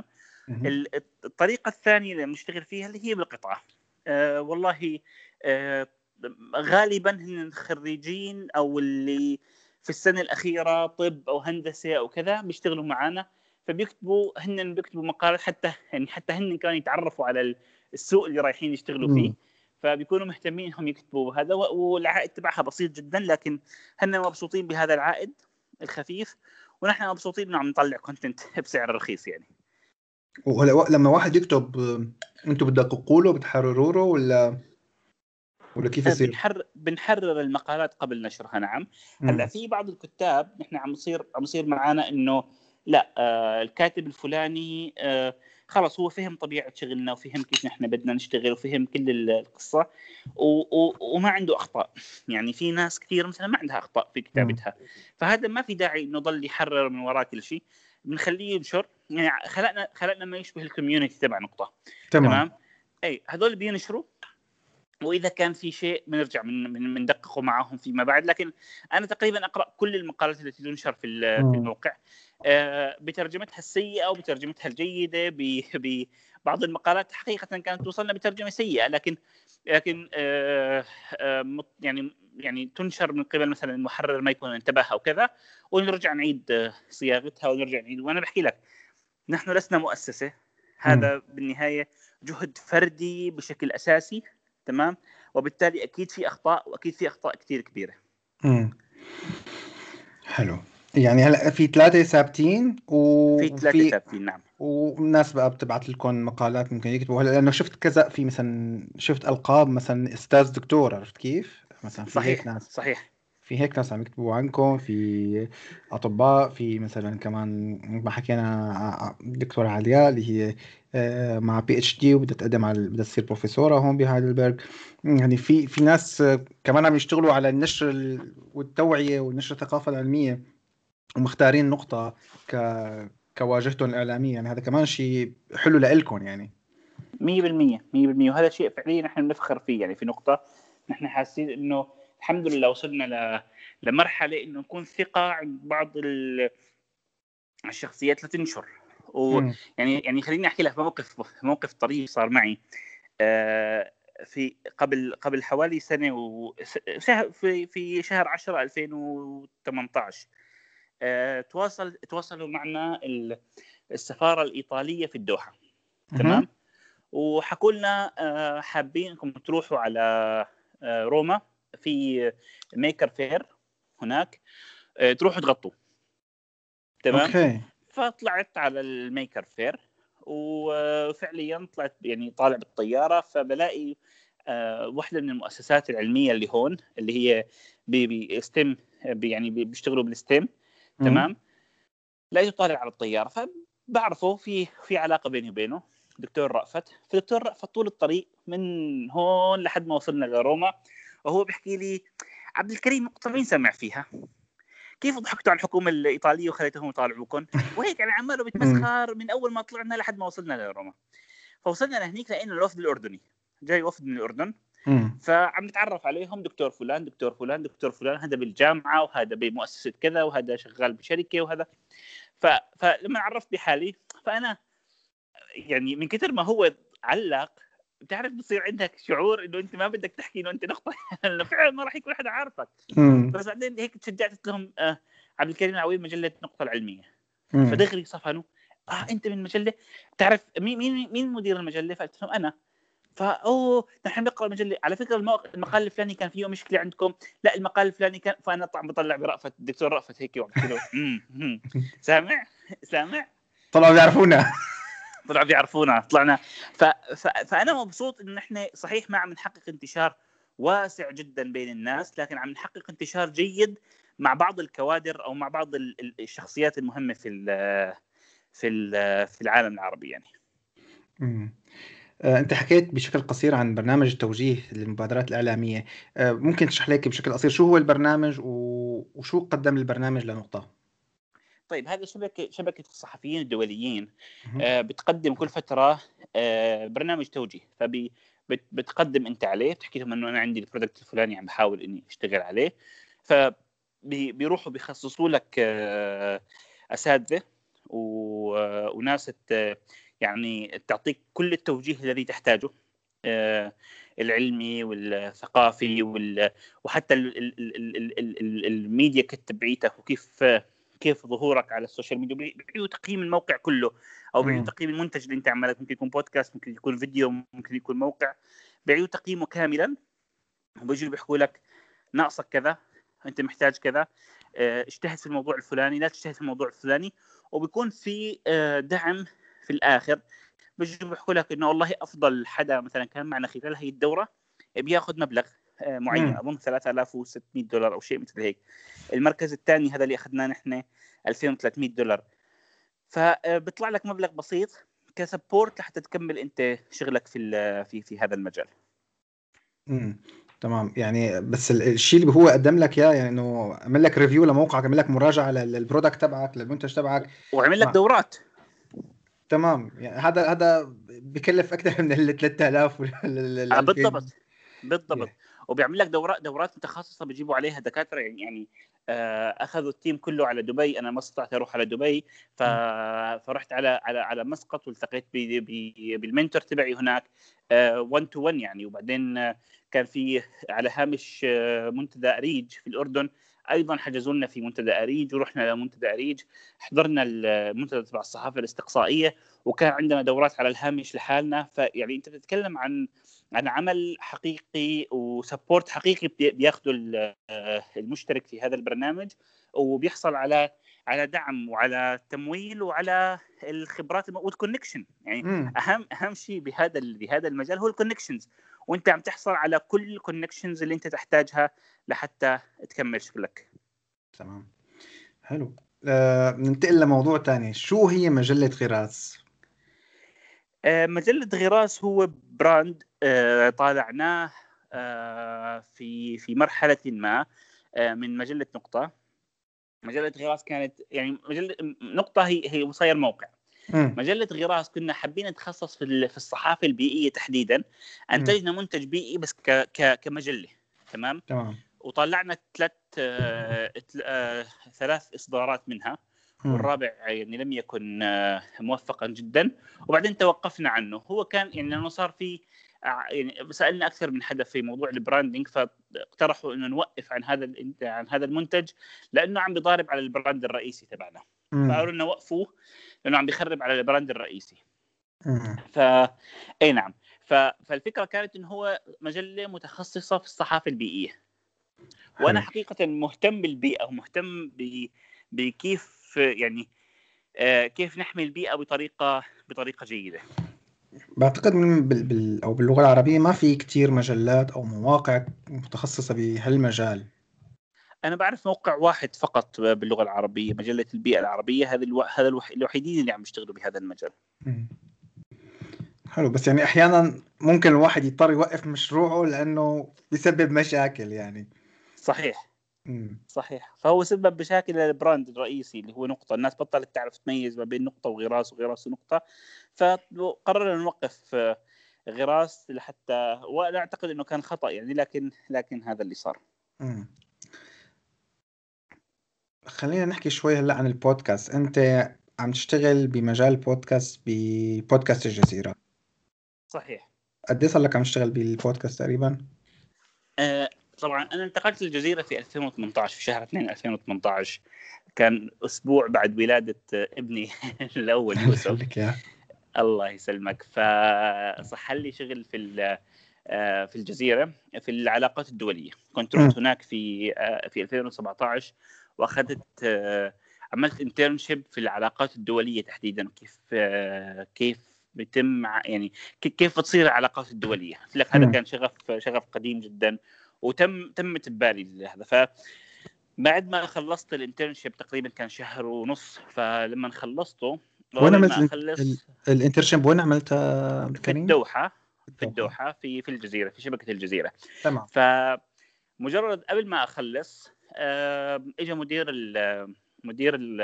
الطريقه الثانيه اللي بنشتغل فيها اللي هي بالقطعه. آه والله آه غالبا هن خريجين او اللي في السنه الاخيره طب او هندسه او كذا بيشتغلوا معنا، فبيكتبوا هن بيكتبوا مقالات حتى يعني حتى هن كانوا يتعرفوا على السوق اللي رايحين يشتغلوا فيه. م. فبيكونوا مهتمين انهم يكتبوا هذا، والعائد تبعها بسيط جدا، لكن هن مبسوطين بهذا العائد الخفيف، ونحن مبسوطين انه عم نطلع كونتنت بسعر رخيص يعني. ولما واحد يكتب انتوا بتدققوا له بتحرروا له ولا ولا كيف يصير؟ بنحرر بنحرر المقالات قبل نشرها، نعم. هلا في بعض الكتاب نحن عم نصير عم يصير معنا انه لا آه الكاتب الفلاني آه خلص هو فهم طبيعة شغلنا وفهم كيف نحن بدنا نشتغل وفهم كل القصة و- و- وما عنده أخطاء. يعني في ناس كثير مثلا ما عندها أخطاء في كتابتها، فهذا ما في داعي إنه ضل يحرر من وراء كل شيء، بنخليه ينشر. يعني خلقنا خلقنا ما يشبه الكوميونتي تبع نقطة، تمام, تمام؟ أي هذول بينشروا، وإذا كان في شيء بنرجع من من بندققه معهم فيما بعد. لكن أنا تقريبا أقرأ كل المقالات التي تنشر في في الموقع بترجمتها السيئة وبترجمتها الجيدة. ببعض المقالات حقيقة كانت توصلنا بترجمة سيئة، لكن لكن يعني يعني تنشر من قبل مثلا المحرر ما يكون انتبه أو كذا، ونرجع نعيد صياغتها ونرجع نعيد. وأنا بحكي لك نحن لسنا مؤسسة، هذا بالنهاية جهد فردي بشكل أساسي، تمام. وبالتالي أكيد في أخطاء، وأكيد في أخطاء كتير كبيرة. امم حلو. يعني هلا في ثلاثة ثابتين و- في ثلاثه وفي ثابتين، نعم. والناس بقى بتبعت لكم مقالات ممكن يكتبوا هلا، لانه شفت كذا، في مثلا شفت القاب مثلا استاذ دكتور، عرفت كيف؟ مثلا في هيك صحيح ناس، صحيح. في هيك ناس عم يكتبوا عنكم، في اطباء، في مثلا كمان ما حكينا ع- ع- دكتوره علياء اللي هي آه، مع بي اتش دي وبدها تقدم على بدها تصير بروفيسوره هون بهايدلبرغ. يعني في في ناس آه، كمان عم يشتغلوا على النشر ال- والتوعيه ونشر الثقافه العلميه، ومختارين نقطه ك كواجهتهم الإعلامية. يعني هذا كمان شيء حلو لإلكم يعني. مية بالمية مية بالمية، وهذا شيء فعليا نحن بنفخر فيه. يعني في نقطة نحن حاسين إنه الحمد لله وصلنا ل... لمرحلة إنه نكون ثقة عند بعض ال... الشخصيات لتنشر. امم ويعني يعني خليني أحكي لك موقف موقف طريف صار معي. آه، في قبل قبل حوالي سنة و... شهر في في شهر عشرة ألفين وثمانية عشر. آه، تواصل تواصلوا معنا ال- السفارة الإيطالية في الدوحة. اها تمام. وحكوا لنا آه، حابين انكم تروحوا على آه، روما في ميكر فير هناك، آه، تروحوا تغطوا. تمام. اوكي. فطلعت على الميكر فير، وفعليا طلعت يعني طالع بالطياره، فبلاقي آه، واحده من المؤسسات العلميه اللي هون، اللي هي بستيم، يعني بي- بيشتغلوا بالستيم. امم تمام. لقيته طالع على الطياره، فبعرفه في في علاقه بيني وبينه، دكتور رأفت. فدكتور رأفت طول الطريق من هون لحد ما وصلنا لروما وهو بيحكي لي: عبد الكريم، نقطة مين سمع فيها؟ كيف ضحكتوا على الحكومة الإيطالية وخليتهم يطالعوكم؟ وهيك يعني عماله امم بيتمسخر من أول ما طلعنا لحد ما وصلنا لروما. فوصلنا لهنيك لقينا الوفد الأردني جاي، وفد من الأردن. امم فعم نتعرف عليهم: دكتور فلان، دكتور فلان، دكتور فلان، هذا بالجامعة وهذا بمؤسسة كذا وهذا شغال بشركة وهذا. ف... فلما عرفت بحالي، فأنا يعني من كثر ما هو علق، بتعرف بصير عندك شعور انه انت ما بدك تحكي انه انت نقطه لانه فعلا ما راح يكون حدا عارفك. امم بس بعدين هيك تشجعت، قلت لهم: آه عبد الكريم العويل، مجله نقطه العلميه. امم فدغري صفنوا: اه انت من مجله؟ تعرف مين مين مين مدير المجله؟ فقلت لهم: انا. فاوه نحن بنقرا المجله، على فكره الموقع المقال الفلاني كان فيه مشكله عندكم، لا المقال الفلاني كان. فانا طبعا بطلع برأفت، الدكتور رأفت هيك وبحكي له: امم سامع سامع. طلعوا بيعرفونا. طلعوا بيعرفونا، طلعنا. ف... ف... فانا مبسوط ان احنا صحيح ما عم نحقق انتشار واسع جدا بين الناس، لكن عم نحقق انتشار جيد مع بعض الكوادر او مع بعض ال- الشخصيات المهمه في ال... في ال... في العالم العربي يعني. امم آه، انت حكيت بشكل قصير عن برنامج التوجيه للمبادرات الإعلامية. آه، ممكن تشرح لك بشكل قصير شو هو البرنامج و... وشو قدم البرنامج لنقطة؟ طيب، هذه شبكه شبكه الصحفيين الدوليين. مهم. آه، بتقدم كل فتره آه، برنامج توجيه. فبي بت- بتقدم انت عليه، بتحكي لهم انه انا عندي البرودكت الفلاني عم بحاول اني اشتغل عليه. فبيروحوا بيخصصوا لك آه، اساتذه و- وناس ت- يعني تعطيك كل التوجيه الذي تحتاجه، آه، العلمي والثقافي وال- وحتى ال- ال- ال- ال- ال- ال- الميديا كت تبعيتك، وكيف كيف ظهورك على السوشيال ميديا. بيعيدوا تقييم الموقع كله، او بيعيدوا امم تقييم المنتج اللي انت عملته. ممكن يكون بودكاست، ممكن يكون فيديو، ممكن يكون موقع. بيعيدوا تقييمه كاملا، وبيجوا بيحكوا لك: ناقصك كذا، انت محتاج كذا، اه، اجتهد في الموضوع الفلاني، لا تجتهد في الموضوع الفلاني. وبيكون في اه، دعم في الاخر. بيجوا بيحكوا لك انه والله افضل حدا مثلا كان معنا خلال هي الدوره بياخذ مبلغ آه، معين، امم اظن ثلاثة آلاف وستمئة دولار او شيء مثل هيك. المركز الثاني هذا اللي اخذناه نحن ألفين وثلاثمئة دولار. فبيطلع لك مبلغ بسيط كسبورت لحتى تكمل انت شغلك في في في هذا المجال. امم تمام. يعني بس ال- الشيء اللي هو قدم لك اياه، يعني انه عمل لك ريفيو لموقعك، عمل لك مراجعة لل- للبرودكت تبعك، للمنتج تبعك. وعمل لك مع دورات. تمام. يعني هذا هذا بكلف اكثر من ال ثلاثة آلاف وال آه، ألفين. بالضبط بالضبط. وبيعمل لك دورات دورات متخصصه بيجيبوا عليها دكاتره يعني يعني آه، اخذوا التيم كله على دبي. انا ما استطعت اروح على دبي، ف... فرحت على على على مسقط، والتقيت ب... ب... بالمنتور تبعي هناك واحد تو واحد يعني. وبعدين آه، كان في على هامش آه، منتدى اريج في الاردن، ايضا حجزوا لنا في منتدى اريج، ورحنا لمنتدى اريج، حضرنا المنتدى تبع الصحافه الاستقصائيه، وكان عندنا دورات على الهامش لحالنا. فيعني انت بتتكلم عن عن عمل حقيقي وسبورت حقيقي بياخذه المشترك في هذا البرنامج، وبيحصل على على دعم وعلى تمويل وعلى الخبرات والكونكشن. يعني مم. اهم اهم شيء بهذا بهذا المجال هو الكونكشنز، وانت عم تحصل على كل الكونكشنز اللي انت تحتاجها لحتى تكمل شغلك. تمام، حلو. آه، ننتقل لموضوع تاني. شو هي مجلة غراس؟ آه، مجلة غراس هو براند آه، طالعناه آه، في في مرحلة ما آه، من مجلة نقطة. مجلة غراس كانت يعني مجلة نقطة هي هي مصير موقع. مم. مجلة غراس كنا حابين نتخصص في في الصحافة البيئية تحديدا، أنتجنا منتج بيئي بس ك ك كمجلة. تمام. تمام. وطلعنا ثلاث آه، آه، ثلاث إصدارات منها، مم. والرابع يعني لم يكن آه، موفقا جدا، وبعدين توقفنا عنه. هو كان يعني لأنه صار في يعني سألنا أكثر من حدا في موضوع البراندينج، فاقترحوا إنه نوقف عن هذا عن هذا المنتج لأنه عم بيضارب على البراند الرئيسي تبعنا. مم. فقالوا لنا وقفوه لأنه عم بيخرب على البراند الرئيسي. مم. ف أي نعم. ف... فالفكرة كانت إنه هو مجلة متخصصة في الصحافة البيئية، وانا حلو. حقيقه مهتم بالبيئه ومهتم ب... بكيف يعني آه كيف نحمي البيئه بطريقه بطريقه جيده. بعتقد من بال... بال... أو باللغة العربية ما في كتير مجلات أو مواقع متخصصة بهالمجال. انا بعرف موقع واحد فقط باللغه العربيه، مجله البيئه العربيه. هذا الو... هذا الوح... الوحيدين اللي عم يشتغلوا بهذا المجال. مم. حلو. بس يعني أحيانا ممكن الواحد يضطر يوقف مشروعه لأنه بيسبب مشاكل يعني. صحيح. مم. صحيح. فهو سبب مشاكل البراند الرئيسي اللي هو نقطه. الناس بطلت تعرف تميز ما بين نقطه وغراس وغراس ونقطه، فقررنا نوقف آه، غراس لحتى، ولا اعتقد انه كان خطا يعني، لكن لكن هذا اللي صار. مم. خلينا نحكي شوي هلا عن البودكاست. أنت عم تشتغل بمجال بودكاست ببودكاست الجزيرة. صحيح. قد ايه صار لك عم تشتغل بالبودكاست تقريبا؟ آه، طبعا انا انتقلت للجزيره في ألفين وثمانية عشر، في شهر اثنين ألفين وثمانية عشر. كان اسبوع بعد ولاده ابني الاول الله يوسف. يخليك يا. الله يسلمك. فصح لي شغل في في الجزيره في العلاقات الدوليه. كنت رحت هناك في في ألفين وسبعة عشر، واخذت عملت انترنشيب في العلاقات الدوليه تحديدا، كيف كيف بيتم يعني كيف بتصير العلاقات الدوليه. قلت لك هذا كان شغف شغف قديم جدا، وتم تمت ببالي هذا. ف بعد ما خلصت الانترنشيب تقريبا كان شهر ونص، فلما خلصته وين عملت ما اخلص الانترنشيب؟ وين عملتها في الدوحه في الدوحه في في الجزيره، في شبكه الجزيره. تمام. فمجرد قبل ما اخلص اجى مدير ال مدير ال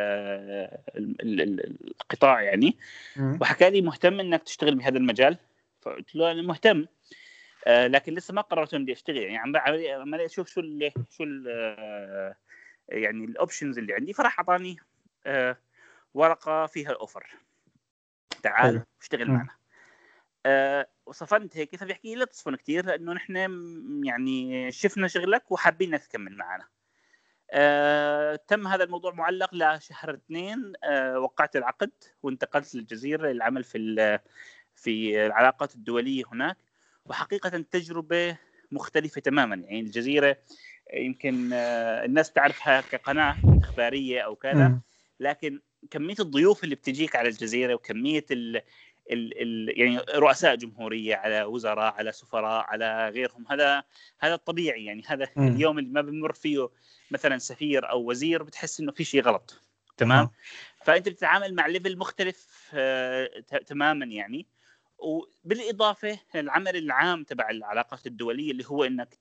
القطاع يعني، وحكى لي مهتم انك تشتغل بهذا المجال. فقلت له انا مهتم، آه لكن لسه ما قررت اني اشتغل يعني. عم عم اشوف شو ال شو ال آه يعني الاوبشنز اللي عندي. فراح اعطاني آه ورقه فيها الاوفر، تعال اشتغل معنا. آه وصفنت هيك، فبيحكي لي لا تصفن كثير لانه نحن يعني شفنا شغلك وحابين انك تكمل معنا. آه تم هذا الموضوع معلق لشهر اثنين. آه وقعت العقد وانتقلت للجزيره للعمل في في العلاقات الدوليه هناك. وحقيقه تجربه مختلفه تماما يعني. الجزيره يمكن آه الناس تعرفها كقناه اخباريه او كذا، لكن كميه الضيوف اللي بتجيك على الجزيره وكميه ال ال ال يعني رؤساء جمهوريه على وزراء على سفراء على غيرهم، هذا هذا الطبيعي يعني. هذا م. اليوم اللي ما بمر فيه مثلا سفير او وزير بتحس انه في شيء غلط. تمام. فانت بتتعامل مع ليفل مختلف آه تماما يعني. وبالاضافه العمل العام تبع العلاقات الدوليه اللي هو انك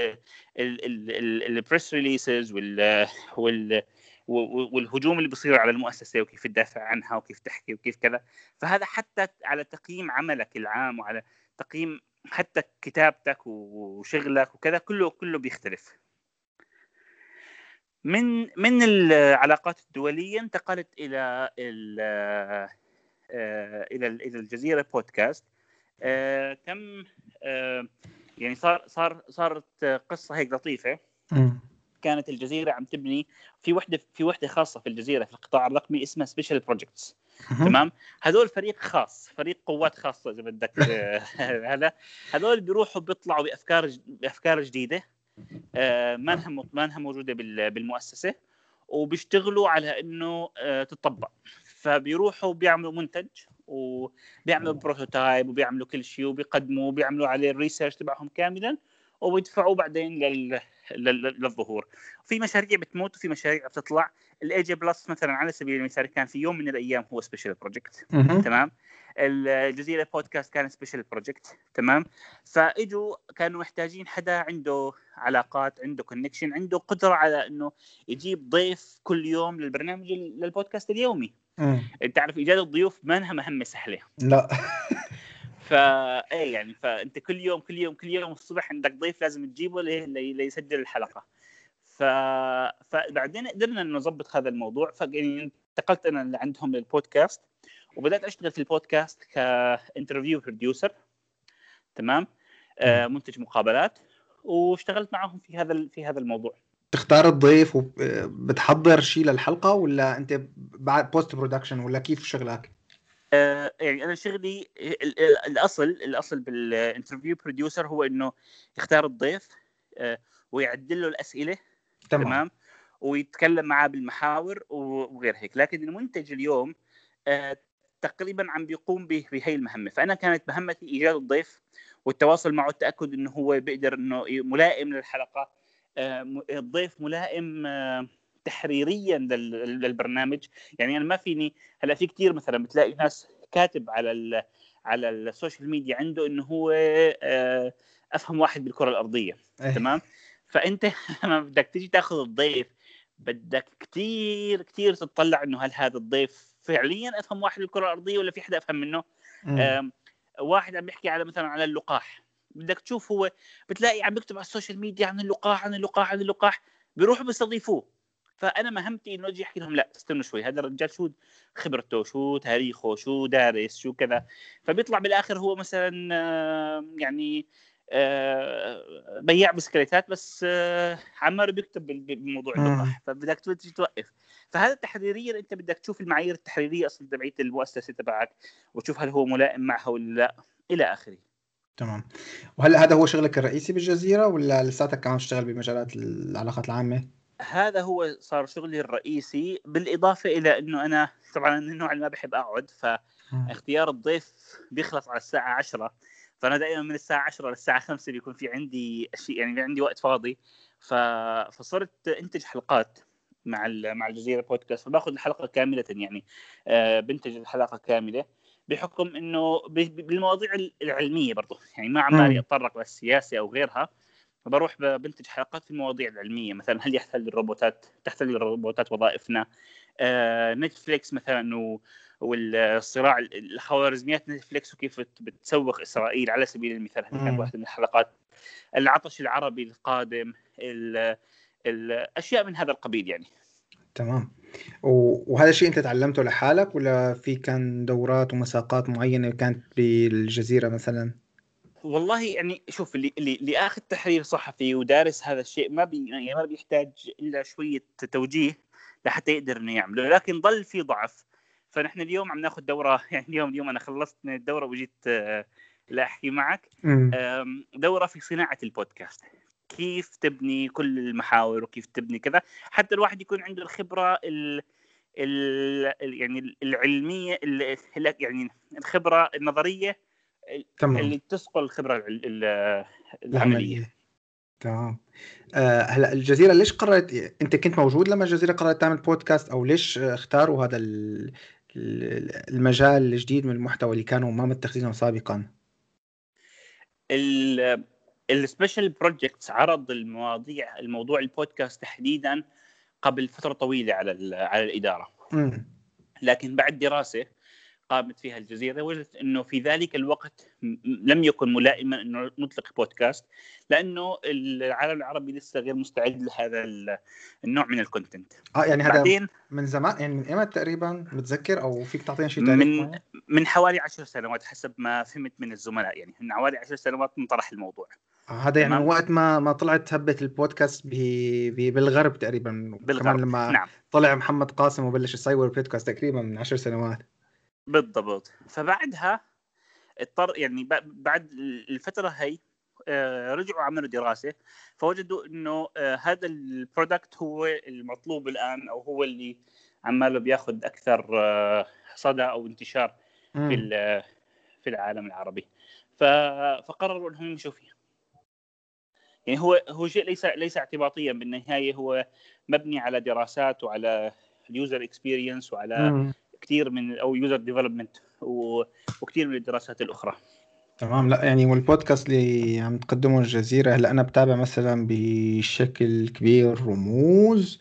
البريس ريليسز وال وال والهجوم اللي بيصير على المؤسسه وكيف تدافع عنها وكيف تحكي وكيف كذا. فهذا حتى على تقييم عملك العام وعلى تقييم حتى كتابتك وشغلك وكذا كله كله بيختلف. من من العلاقات الدوليه انتقلت الى الى الى الجزيره بودكاست. كم يعني صار صار صارت قصه هيك لطيفه. كانت الجزيره عم تبني في وحده في وحده خاصه في الجزيره في القطاع الرقمي اسمها سبيشال بروجكتس. تمام. هذول فريق خاص، فريق قوات خاصه اذا بدك. هذا هذول بيروحوا بيطلعوا بافكار بافكار جديده ما انها ما انها موجوده بالمؤسسه، وبيشتغلوا على انه آه، تطبق. فبيروحوا بيعملوا منتج وبيعملوا بروتوتايب وبيعملوا كل شيء وبيقدموا وبيعملوا عليه الريسيرش تبعهم كاملا وبيدفعوا بعدين لل... لل... للظهور. في مشاريع بتموت وفي مشاريع بتطلع. الاي جي بلس مثلا على سبيل المثال كان في يوم من الايام هو سبيشال بروجكت، تمام. الجزيره بودكاست كان سبيشال بروجكت، تمام. فاجوا كانوا محتاجين حدا عنده علاقات، عنده كونكشن، عنده قدره على انه يجيب ضيف كل يوم للبرنامج للبودكاست اليومي. مم. انت عارف ايجاد الضيوف ما انها مهمه سهله. لا. فا اي يعني فانت كل يوم كل يوم كل يوم الصبح عندك ضيف لازم تجيبه ليسجل الحلقه. ف... فبعدين قدرنا نظبط هذا الموضوع. فيعني انتقلت انا لعندهم للبودكاست وبدات اشتغل في البودكاست كانترفيو بروديوسر، تمام. آه منتج مقابلات، واشتغلت معهم في هذا في هذا الموضوع. تختار الضيف وبتحضر شيء للحلقه ولا انت بعد بوست برودكشن ولا كيف شغلك؟ آه يعني انا شغلي الاصل الاصل بالانترفيو بروديوسر هو انه يختار الضيف آه ويعدل له الاسئله، تمام, تمام؟ ويتكلم معاه بالمحاور وغير هيك. لكن المنتج اليوم آه تقريبا عم بيقوم بهي المهمه. فانا كانت مهمتي ايجاد الضيف والتواصل معه، التاكد انه هو بيقدر انه ملائم للحلقه، آه الضيف ملائم آه تحريريا للبرنامج. يعني انا ما فيني هلا في كتير مثلا بتلاقي ناس كاتب على ال على السوشيال ميديا عنده انه هو آه افهم واحد بالكره الارضيه، تمام. فانت لما بدك تيجي تاخذ الضيف بدك كتير كتير تطلع انه هل هذا الضيف فعليا افهم واحد بالكره الارضيه ولا في حدا افهم منه. واحد عم بيحكي على مثلا على اللقاح، بدك تشوف هو بتلاقي عم بيكتب على السوشيال ميديا عن اللقاح عن اللقاح عن اللقاح بيروحوا بيستضيفوه. فانا مهمتي انه اجي احكي لهم لا استنوا شوي، هذا الرجال شو خبرته، شو تاريخه، شو دارس، شو كذا. فبيطلع بالاخر هو مثلا يعني بياع بسكليتات بس عمار بيكتب بموضوع اللقاح. فبدك تجي توقف. فهذا تحريريا انت بدك تشوف المعايير التحريريه اصلا تبعيه المؤسسه تبعك وتشوف هل هو ملائم معها ولا لا الى اخره. تمام. وهل هذا هو شغلك الرئيسي بالجزيره ولا لساتك كمان تشتغل بمجالات العلاقات العامه؟ هذا هو صار شغلي الرئيسي، بالاضافه الى انه انا طبعا من النوع اللي ما بحب اقعد، فاختيار الضيف بيخلص على الساعه عشرة. فانا دائما من الساعه عشرة للساعه خمسة بيكون في عندي شيء، يعني عندي وقت فاضي. ف... فصرت انتج حلقات مع مع الجزيره بودكاست، فباخذ الحلقه كامله، يعني آه بنتج الحلقه كامله بحكم انه بالمواضيع العلميه برضه، يعني ما عمالي اتطرق للسياسه او غيرها. بروح بنتج حلقات في المواضيع العلميه، مثلا هل يحتل الروبوتات تحتل الروبوتات وظائفنا، آه نتفليكس مثلا و... والصراع الخوارزميات نتفليكس وكيف بتسوق اسرائيل على سبيل المثال. هذه كانت واحده من الحلقات. العطش العربي القادم، ال... الاشياء من هذا القبيل يعني. تمام. وهذا الشيء انت تعلمته لحالك ولا في كان دورات ومساقات معينه كانت بالجزيره مثلا؟ والله يعني شوف اللي اللي, اللي اخذ تحرير صحفي ودارس هذا الشيء ما بي يعني ما بيحتاج الا شويه توجيه لحتى يقدر انه يعمله، لكن ضل في ضعف. فنحن اليوم عم ناخذ دوره، يعني اليوم اليوم انا خلصت من الدوره وجيت لاحكي معك. دوره في صناعه البودكاست، كيف تبني كل المحاور وكيف تبني كذا حتى الواحد يكون عنده الخبره ال ال يعني العلميه ال يعني الخبره النظريه تمام. اللي تسقل الخبره العمليه. تمام. آه هلا الجزيره ليش قررت، انت كنت موجود لما الجزيره قررت تعمل بودكاست، او ليش اختاروا هذا المجال الجديد من المحتوى اللي كانوا ما متخذينه سابقا؟ السبيشال بروجكتس عرض المواضيع الموضوع البودكاست تحديدا قبل فتره طويله على على الاداره. م. لكن بعد دراسه قامت فيها الجزيرة وجدت أنه في ذلك الوقت لم يكن ملائما أنه نطلق بودكاست، لأنه العالم العربي لسه غير مستعد لهذا النوع من الكونتنت. آه يعني هذا من زمان، يعني من إمتى تقريبا متذكر، أو فيك تعطينا شيء تاريخ من معين؟ من حوالي عشر سنوات حسب ما فهمت من الزملاء، يعني من حوالي عشر سنوات من طرح الموضوع. آه هذا يعني من وقت ما ما طلعت هبة البودكاست بالغرب تقريبا. بالغرب. كمان لما نعم. طلع محمد قاسم وبلش يصور بودكاست تقريبا من عشر سنوات بالضبط. فبعدها اضطر يعني بعد الفترة هي رجعوا عملوا دراسة فوجدوا إنه هذا البرودكت هو المطلوب الآن، أو هو اللي عماله بياخد أكثر صدى أو انتشار في في العالم العربي. فقرروا إنهم يمشوا فيه. يعني هو هو شيء ليس ليس اعتباطيا، بالنهاية هو مبني على دراسات وعلى اليوزر اكسبيرينس وعلى مم. كثير من او يوزر ديفلوبمنت وكثير من الدراسات الأخرى. تمام. لا يعني والبودكاست اللي عم تقدمه الجزيرة هلا أنا بتابع مثلا بشكل كبير رموز،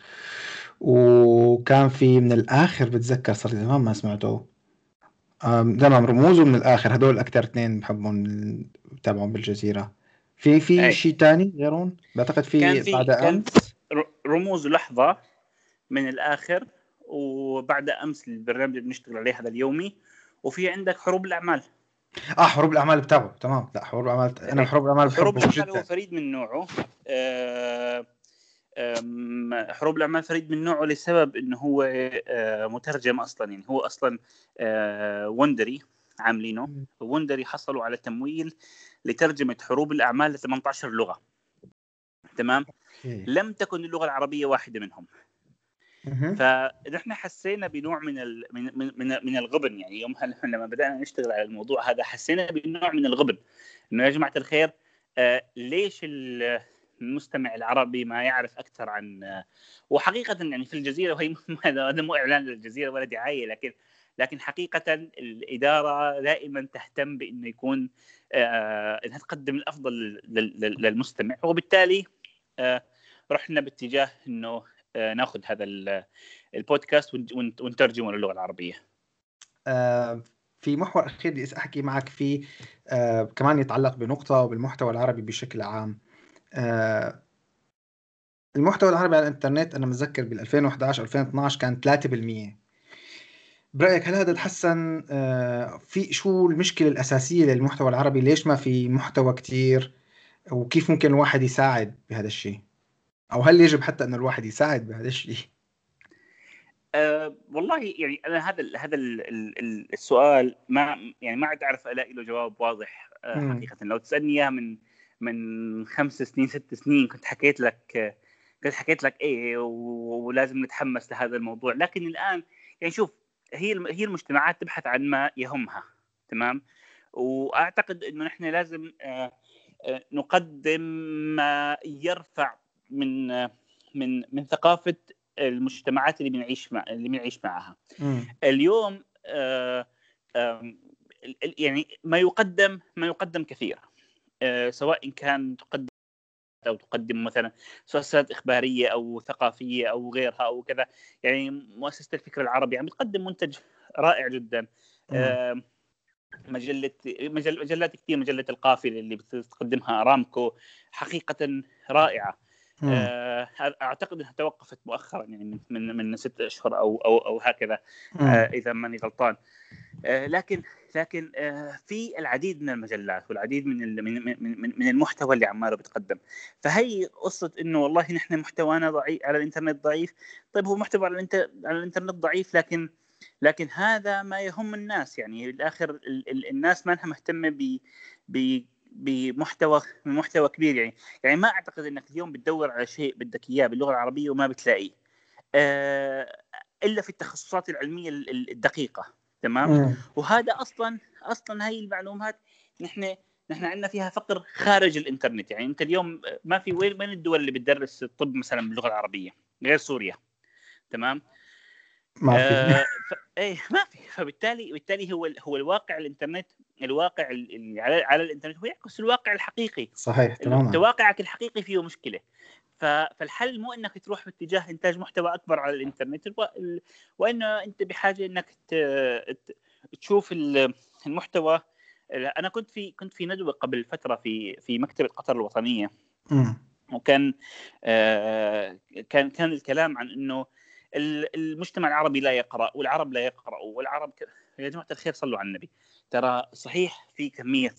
وكان في من الآخر بتذكر صار لي زمان ما سمعته. آم، تمام رموز ومن الآخر، هدول أكتر اثنين بحبهم بتابعهم بالجزيرة. في في أي. شيء تاني غيرهم بعتقد كان في في بعد كان أمس. ر- رموز لحظة من الآخر، وبعد أمس البرنامج اللي بنشتغل عليه هذا اليومي، وفي عندك حروب الأعمال. اه حروب الأعمال بتابعه. تمام. لا حروب الأعمال أنا أي. بحروب الأعمال حروب بحبه الأعمال هو جدا. فريد من نوعه. آه، آم، حروب الأعمال فريد من نوعه لسبب إنه هو آه، مترجم أصلا. يعني هو أصلا آه، وندري عاملينه. وندري حصلوا على تمويل لترجمة حروب الأعمال ل ثمانية عشر لغة. تمام. إيه. لم تكن اللغة العربية واحدة منهم. مهم. فنحن حسينا بنوع من ال... من من من, من الغبن. يعني يومها نحن لما بدأنا نشتغل على الموضوع هذا حسينا بنوع من الغبن، إنه يا جماعة الخير آه ليش المستمع العربي ما يعرف أكثر عن آه وحقيقة يعني في الجزيرة، وهي هذا مو إعلان للجزيرة ولا دعاية، لكن لكن حقيقة الإدارة دائما تهتم بإنه يكون آه إنها تقدم الأفضل للمستمع، وبالتالي آه رحنا باتجاه إنه آه ناخذ هذا البودكاست ونترجمه للغة العربية. آه في محور أخير بدي أحكي معك فيه، آه كمان يتعلق بنقطة وبالمحتوى العربي بشكل عام. آه المحتوى العربي على الإنترنت أنا متذكر بال ألفين وإحدى عشر ألفين واثني عشر كان ثلاثة بالمية. برأيك هل هذا تحسن؟ آه في شو المشكلة الأساسية للمحتوى العربي؟ ليش ما في محتوى كتير؟ وكيف ممكن الواحد يساعد بهذا الشيء؟ أو هل يجب حتى أن الواحد يساعد بهذا الشيء؟ أه والله يعني أنا هذا ال هذا ال السؤال ما يعني ما عاد أعرف ألاقي له جواب واضح. أه حقيقة لو تسألني إياه من من خمس سنين ست سنين كنت حكيت لك كنت حكيت لك إيه ولازم نتحمس لهذا الموضوع. لكن الآن يعني شوف، هي هي المجتمعات تبحث عن ما يهمها. تمام. وأعتقد إنه نحن لازم أه نقدم ما يرفع من من من ثقافة المجتمعات اللي بنعيش مع اللي بنعيش معها م. اليوم. آه آه يعني ما يقدم ما يقدم كثير، آه سواء كان تقدم أو تقدم مثلا مسلسلات إخبارية أو ثقافية أو غيرها أو كذا. يعني مؤسسة الفكر العربي عم بتقدم منتج رائع جدا. آه مجلة مجل مجلات كثير، مجلة القافلة اللي بتقدمها أرامكو حقيقة رائعة. آه أعتقد أنها توقفت مؤخرا يعني من من ست أشهر أو أو أو هكذا، آه إذا ماني غلطان. آه لكن لكن آه في العديد من المجلات والعديد من من من من المحتوى اللي عماله بتقدم. فهي قصة إنه والله نحن محتوانا ضعيف على الإنترنت ضعيف. طيب هو محتوى على الإنترنت على الإنترنت ضعيف، لكن لكن هذا ما يهم الناس. يعني بالآخر ال ال الناس ما انها مهتمة ب ب بمحتوى محتوى كبير. يعني يعني ما أعتقد أنك اليوم بتدور على شيء بدك إياه باللغة العربية وما بتلاقيه آه إلا في التخصصات العلمية الدقيقة. تمام. م. وهذا أصلا أصلا هاي المعلومات نحن نحن عندنا فيها فقر خارج الإنترنت. يعني أنت اليوم ما في وين من الدول اللي بتدرس الطب مثلا باللغة العربية غير سوريا. تمام. ما في. آه ف... ايه ما في. فبالتالي بالتالي هو ال... هو الواقع الانترنت الواقع اللي على على الانترنت هو يعكس الواقع الحقيقي. صحيح تماما. انت واقعك الحقيقي فيه مشكله. ف... فالحل مو انك تروح باتجاه انتاج محتوى اكبر على الانترنت، الو... ال... وانه انت بحاجه انك ت... ت... تشوف المحتوى. انا كنت في كنت في ندوه قبل فتره في في مكتبه قطر الوطنيه. م. وكان آه كان كان الكلام عن انه المجتمع العربي لا يقرأ والعرب لا يقرأوا والعرب ك... يا جماعة الخير صلوا على النبي. ترى صحيح في كمية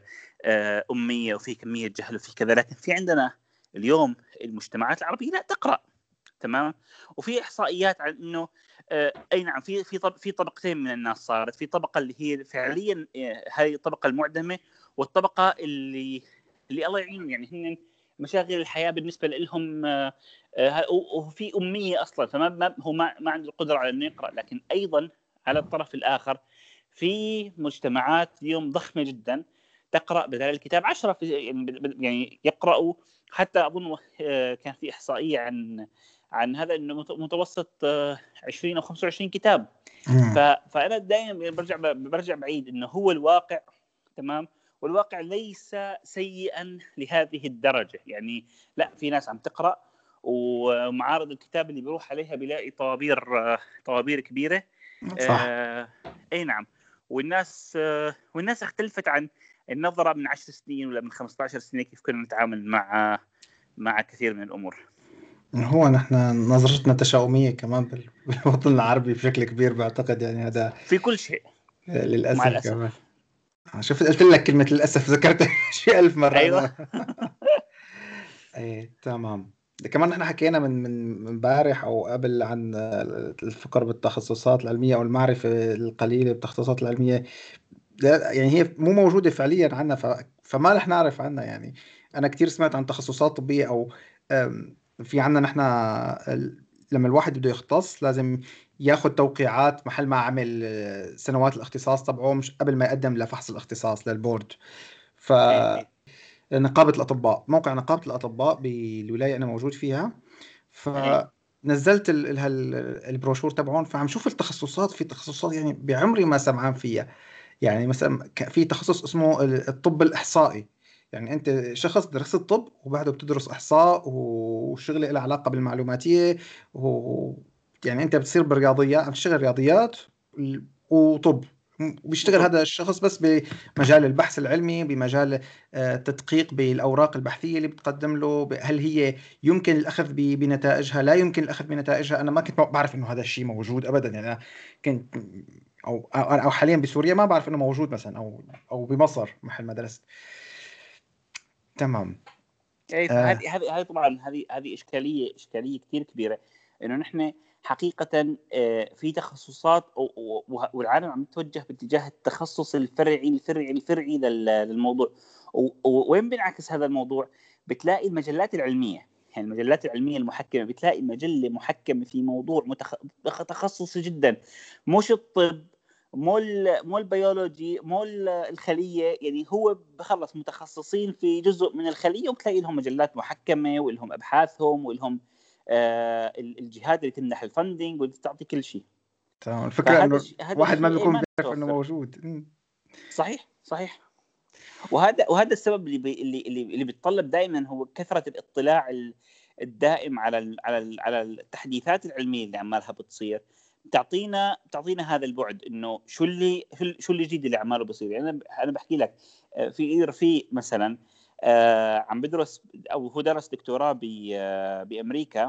أمية وفي كمية جهل وفي كذا، لكن في عندنا اليوم المجتمعات العربية لا تقرأ. تمام. وفي إحصائيات عن إنه أي نعم في في في طبقتين من الناس صارت. في طبقة اللي هي فعليا هذه الطبقة المعدمة، والطبقة اللي اللي الله يعينهم يعني هن مشاغل الحياه بالنسبه لهم، آه، آه، وفي اميه اصلا، فما ما هو ما, ما عنده القدره على انه يقرا. لكن ايضا على الطرف الاخر في مجتمعات اليوم ضخمه جدا تقرا بدل الكتاب عشرة في يعني, يعني يقراوا. حتى اظن آه، كان في احصائيه عن عن هذا انه متوسط آه، عشرين او خمسة وعشرين كتاب. فانا دائما برجع برجع بعيد انه هو الواقع تمام، والواقع ليس سيئا لهذه الدرجه. يعني لا، في ناس عم تقرا، ومعارض الكتاب اللي بيروح عليها بيلاقي طوابير طوابير كبيره. صح. آه اي نعم. والناس آه والناس اختلفت عن النظره من عشر سنين ولا من خمسة عشر سنه كيف كنا نتعامل مع مع كثير من الامور. هو نحن نظرتنا تشاؤميه كمان بالوطن العربي بشكل كبير بعتقد، يعني هذا في كل شيء للاسف. مع الاسف كمان شفت قلت لك كلمه للاسف ذكرتها شيء ألف مره. ايوه ايه تمام. كمان نحن حكينا من من امبارح او قبل عن الفقر بالتخصصات العلميه او المعرفه القليله بالتخصصات العلميه، يعني هي مو موجوده فعليا عنا، ف... فما رح نعرف عنها. يعني انا كتير سمعت عن تخصصات طبيه او أم، في عنا نحن ال- لما الواحد بده يختص لازم ياخذ توقيعات محل ما عمل آه، سنوات الاختصاص تبعه، مش قبل ما يقدم لفحص الاختصاص للبورد. ف ايه ايه نقابة الأطباء، موقع نقابة الأطباء بالولاية أنا موجود فيها، ايه فنزلت ال- ال- هال- البروشور تبعهم، فعم شوف التخصصات. في تخصصات يعني بعمري ما سمعان فيها. يعني مثلا ك- في تخصص اسمه ال- الطب الإحصائي. يعني أنت شخص درست الطب وبعده بتدرس إحصاء وشغله له علاقة بالمعلوماتية، و يعني أنت بتصير بالرياضيات، عم تشتغل رياضيات وطب. وبيشتغل وطب هذا الشخص بس بمجال البحث العلمي، بمجال آه، تدقيق بالأوراق البحثية اللي بتقدم له، ب- هل هي يمكن الأخذ ب- بنتائجها، لا يمكن الأخذ بنتائجها. أنا ما كنت بعرف إنه هذا الشيء موجود أبدا. يعني أنا كنت أو أو أو حاليا بسوريا ما بعرف إنه موجود مثلا، أو أو بمصر محل ما درست. تمام. اي آه. فهذه هذه هذه طبعا هذه هذه اشكاليه اشكاليه كثير كبيره، انه نحن حقيقه آه، في تخصصات و- و- والعالم عم يتوجه باتجاه التخصص الفرعي الفرعي الفرعي لل- للموضوع. و- و- وين بينعكس هذا الموضوع؟ بتلاقي المجلات العلميه، يعني المجلات العلميه المحكمه، بتلاقي مجله محكمه في موضوع متخ... تخصصي جدا، مش الطب، مو ال- مو البيولوجي، مو ال- الخليه. يعني هو بخلص متخصصين في جزء من الخليه، وبتلاقي لهم مجلات محكمه ولهم ابحاثهم ولهم آه الجهات اللي تمنح الفندنج واللي تعطي كل شيء. تمام. الفكرة فهذا إنه الشيء هذا واحد ما الشيء بيكون ما بيعرف إنه متوفر. موجود. مم. صحيح صحيح. وهذا وهذا السبب اللي بي اللي اللي, اللي بيتطلب دائما هو كثره الاطلاع الدائم على ال على ال على التحديثات العلميه اللي عمالها بتصير، تعطينا تعطينا هذا البعد انه شو اللي شو اللي جديد اللي عماله بصير. يعني انا انا بحكي لك في رفيق مثلا عم بدرس او هو درس دكتوراه بامريكا،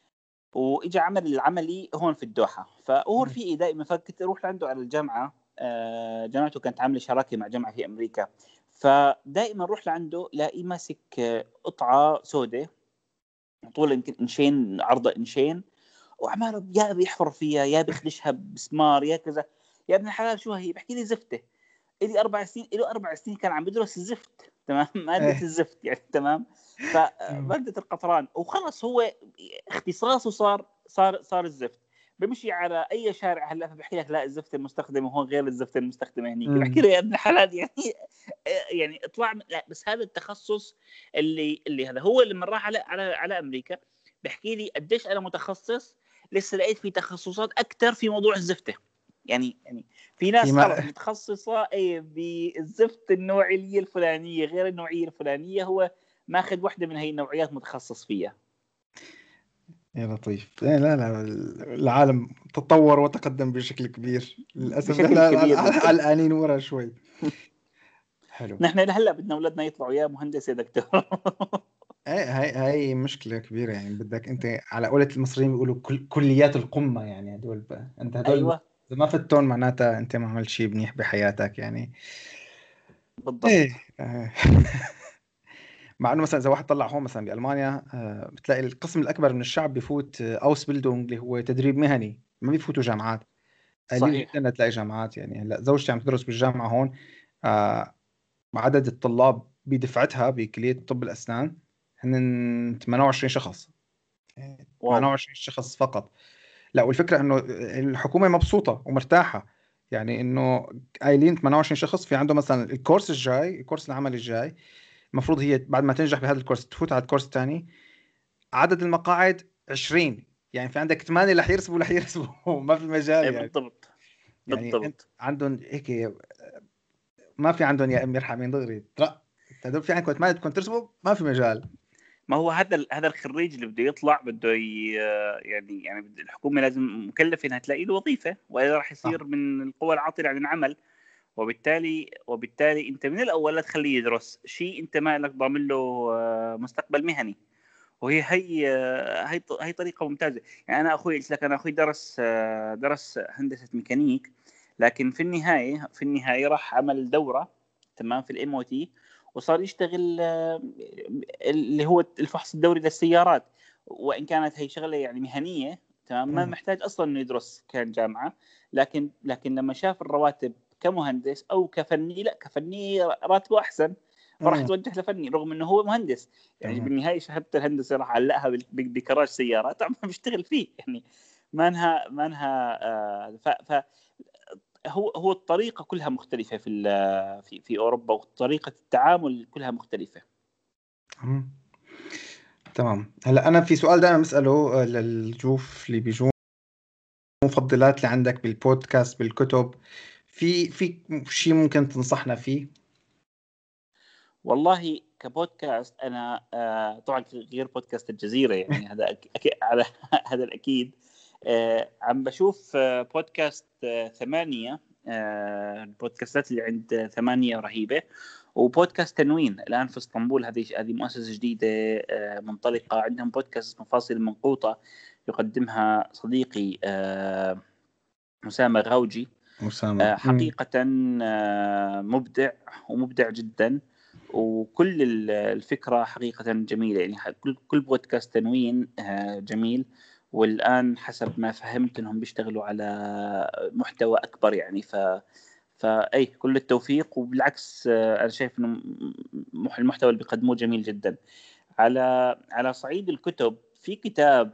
واجى عمل العملي هون في الدوحه. فهو رفيقي دائما، فكنت اروح لعنده على الجامعه، جامعته كانت عامله شراكه مع جامعه في امريكا، فدائما اروح لعنده لاقيه ماسك قطعه سوداء طولها يمكن انشين، عرضها انشين، وعماله يا بيحفر فيها يا بيخدشها بسمار يا كذا. يا ابن الحلال شو هي؟ بحكي لي زفته. إلي أربع سنين إله أربع سنين كان عم بدرس الزفت، تمام، مادة إيه. الزفت يعني، تمام. فمادة القطران، وخلص هو اختصاصه صار صار صار الزفت. بمشي على أي شارع هلا فبحكي لك لا الزفت المستخدمة هون غير الزفت المستخدمة هنيك. بحكي له يا ابن الحلال يعني يعني اطلع من... لا بس هذا التخصص اللي اللي هذا هو لما راح على على على أمريكا بحكي لي قديش أنا متخصص، لسه لقيت في تخصصات أكثر في موضوع الزفته. يعني يعني في ناس فيما- خلص متخصصة اي بالزفت النوعية الفلانية غير النوعية الفلانية، هو ماخذ واحدة من هي النوعيات متخصص فيها. يا لطيف. إيه لا لا، العالم تطور وتقدم بشكل كبير للأسف. بشكل نحن كبير جدا. علقانين ورا شوي. حلو. نحن لهلا بدنا اولادنا يطلعوا يا مهندس يا دكتور. هاي هاي هاي مشكلة كبيرة. يعني بدك أنت على قولة المصريين بيقولوا كل كليات القمة. يعني هدول بقى. أنت هدول ايوه إذا ما فتون معناتها أنت ما عملت شيء منيح بحياتك يعني. بالضبط. إيه. آه. مع انه مثلا اذا واحد طلع هون مثلا بالمانيا، آه، بتلاقي القسم الاكبر من الشعب بيفوت اوس بيلدونج اللي هو تدريب مهني، ما بيفوتوا جامعات. قليل صحيح. جدا تلاقي جامعات. يعني هلا زوجتي عم تدرس بالجامعه هون. آه، عدد الطلاب بدفعتها بكلية طب الأسنان هن ثمانية وعشرين شخص، ثمانية وعشرين شخص فقط. لا، والفكرة إنه الحكومة مبسوطة ومرتاحة، يعني إنه قايلين ثمانية وعشرين شخص في عنده مثلا الكورس الجاي، الكورس العملي الجاي المفروض هي بعد ما تنجح بهذا الكورس تفوت على الكورس الثاني، عدد المقاعد عشرين، يعني في عندك ثمانية رح يرسبوا رح يرسبوا ما في مجال يعني. بالضبط يعني بالضبط. عندهم هيك ما في عندهم يا امي ارحمين دغري ترى تدوب في عندكم ثمانية بدكم ترسبوا ما في مجال. ما هو هذا هذا الخريج اللي بده يطلع بده يعني يعني الحكومه لازم مكلفه انها تلاقي له وظيفه، واذا راح يصير آه. من القوى العاطله عن العمل، وبالتالي وبالتالي انت من الاول لا تخليه يدرس شيء انت ما لك ضامن له مستقبل مهني. وهي هي هي هي طريقه ممتازه. يعني انا اخوي قلت لك انا اخوي درس درس هندسه ميكانيك، لكن في النهايه في النهايه راح عمل دوره تمام في الام او تي، وصار يشتغل اللي هو الفحص الدوري للسيارات، وان كانت هي شغله يعني مهنيه تمام ما محتاج اصلا انه يدرس كان جامعه، لكن لكن لما شاف الرواتب كمهندس او كفني، لا كفني راتبه احسن، فراح توجه لفني رغم انه هو مهندس. يعني تمام. بالنهايه شهاده الهندسه راح علقها بكراج سيارات عم بيشتغل فيه، يعني ما انها ما انها آه ف, ف هو هو الطريقه كلها مختلفه في في في اوروبا، وطريقه التعامل كلها مختلفه. مم. تمام. هلا انا في سؤال دائما بساله للجوف اللي بيجون، مفضلات اللي عندك بالبودكاست بالكتب، في في شيء ممكن تنصحنا فيه؟ والله كبودكاست انا آه طبعا غير بودكاست الجزيره يعني هذا أكيد على هذا الاكيد. آه عم بشوف آه بودكاست آه ثمانية، آه البودكاستات اللي عند ثمانية رهيبه، وبودكاست تنوين الان في اسطنبول، هذه هذه مؤسسه جديده آه منطلقه، عندهم بودكاست اسمه فاصل منقوطه يقدمها صديقي آه مسامة غوجي. مسامة آه حقيقه آه مبدع ومبدع جدا، وكل الفكرة حقيقة جميلة. يعني كل كل بودكاست تنوين جميل، والآن حسب ما فهمت إنهم بيشتغلوا على محتوى أكبر يعني. ف فأي كل التوفيق، وبالعكس أنا شايف إنه المحتوى اللي بيقدموه جميل جدا. على على صعيد الكتب، في كتاب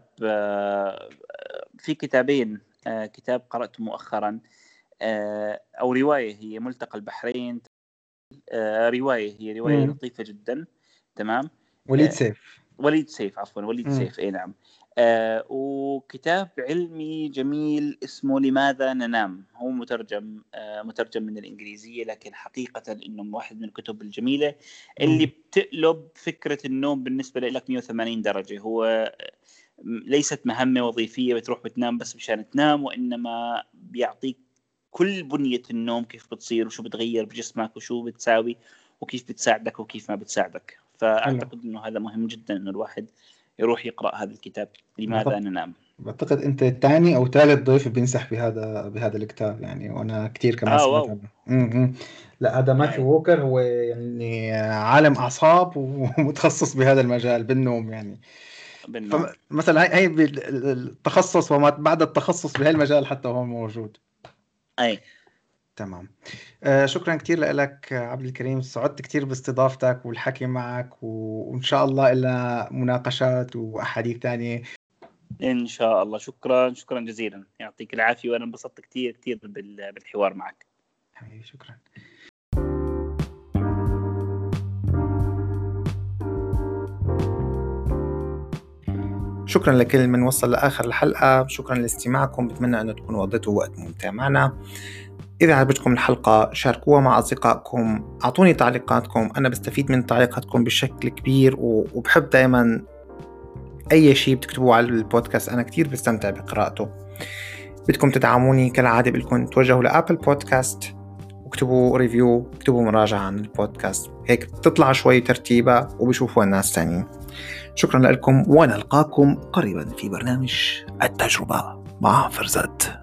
في كتابين، كتاب قرأته مؤخرا أو رواية هي ملتقى البحرين، آه رواية هي رواية مم. لطيفة جدا تمام. وليد سيف آه وليد سيف عفوا وليد مم. سيف اي نعم. آه وكتاب علمي جميل اسمه لماذا ننام، هو مترجم آه مترجم من الإنجليزية، لكن حقيقة إنه واحد من الكتب الجميلة اللي مم. بتقلب فكرة النوم بالنسبة لك مية وثمانين درجة. هو ليست مهمة وظيفية بتروح بتنام بس مشان تنام، وإنما بيعطيك كل بنية النوم كيف بتصير وشو بتغير بجسمك وشو بتساوي وكيف بتساعدك وكيف ما بتساعدك. فأعتقد أنه هذا مهم جدا أنه الواحد يروح يقرأ هذا الكتاب لماذا ننام. بعتقد أنت الثاني أو ثالث ضيف بينصح بهذا بهذا الكتاب يعني، وأنا كتير كمان آه سمعت عنه. لا هذا ماثيو ووكر هو يعني عالم أعصاب ومتخصص بهذا المجال بالنوم يعني. فمثلا هي هي التخصص وما بعد التخصص بهذا المجال حتى هو موجود. أي تمام. آه شكرا كتير لك عبد الكريم، سعدت كتير باستضافتك والحكي معك، وإن شاء الله إلى مناقشات وأحاديث تانية إن شاء الله. شكرا شكرا جزيلا، يعطيك العافية، وأنا انبسطت كتير كتير بالحوار معك. حبيبي شكرا. شكرا لكل من وصل لآخر الحلقة، شكرا لاستماعكم، بتمنى أن تكونوا قضيتوا وقت ممتع معنا. إذا عجبتكم الحلقة شاركوها مع أصدقائكم، أعطوني تعليقاتكم، أنا بستفيد من تعليقاتكم بشكل كبير، وبحب دائما أي شيء بتكتبوه على البودكاست أنا كتير بستمتع بقراءته. بدكم تدعموني كالعادة بدكم توجهوا لأبل بودكاست واكتبوا ريفيو، اكتبوا مراجعة عن البودكاست، هيك تطلع شوي ترتيبة وبيشوفوا الناس تانيين. شكرا لكم، ونلقاكم قريبا في برنامج التجربة مع فرزات.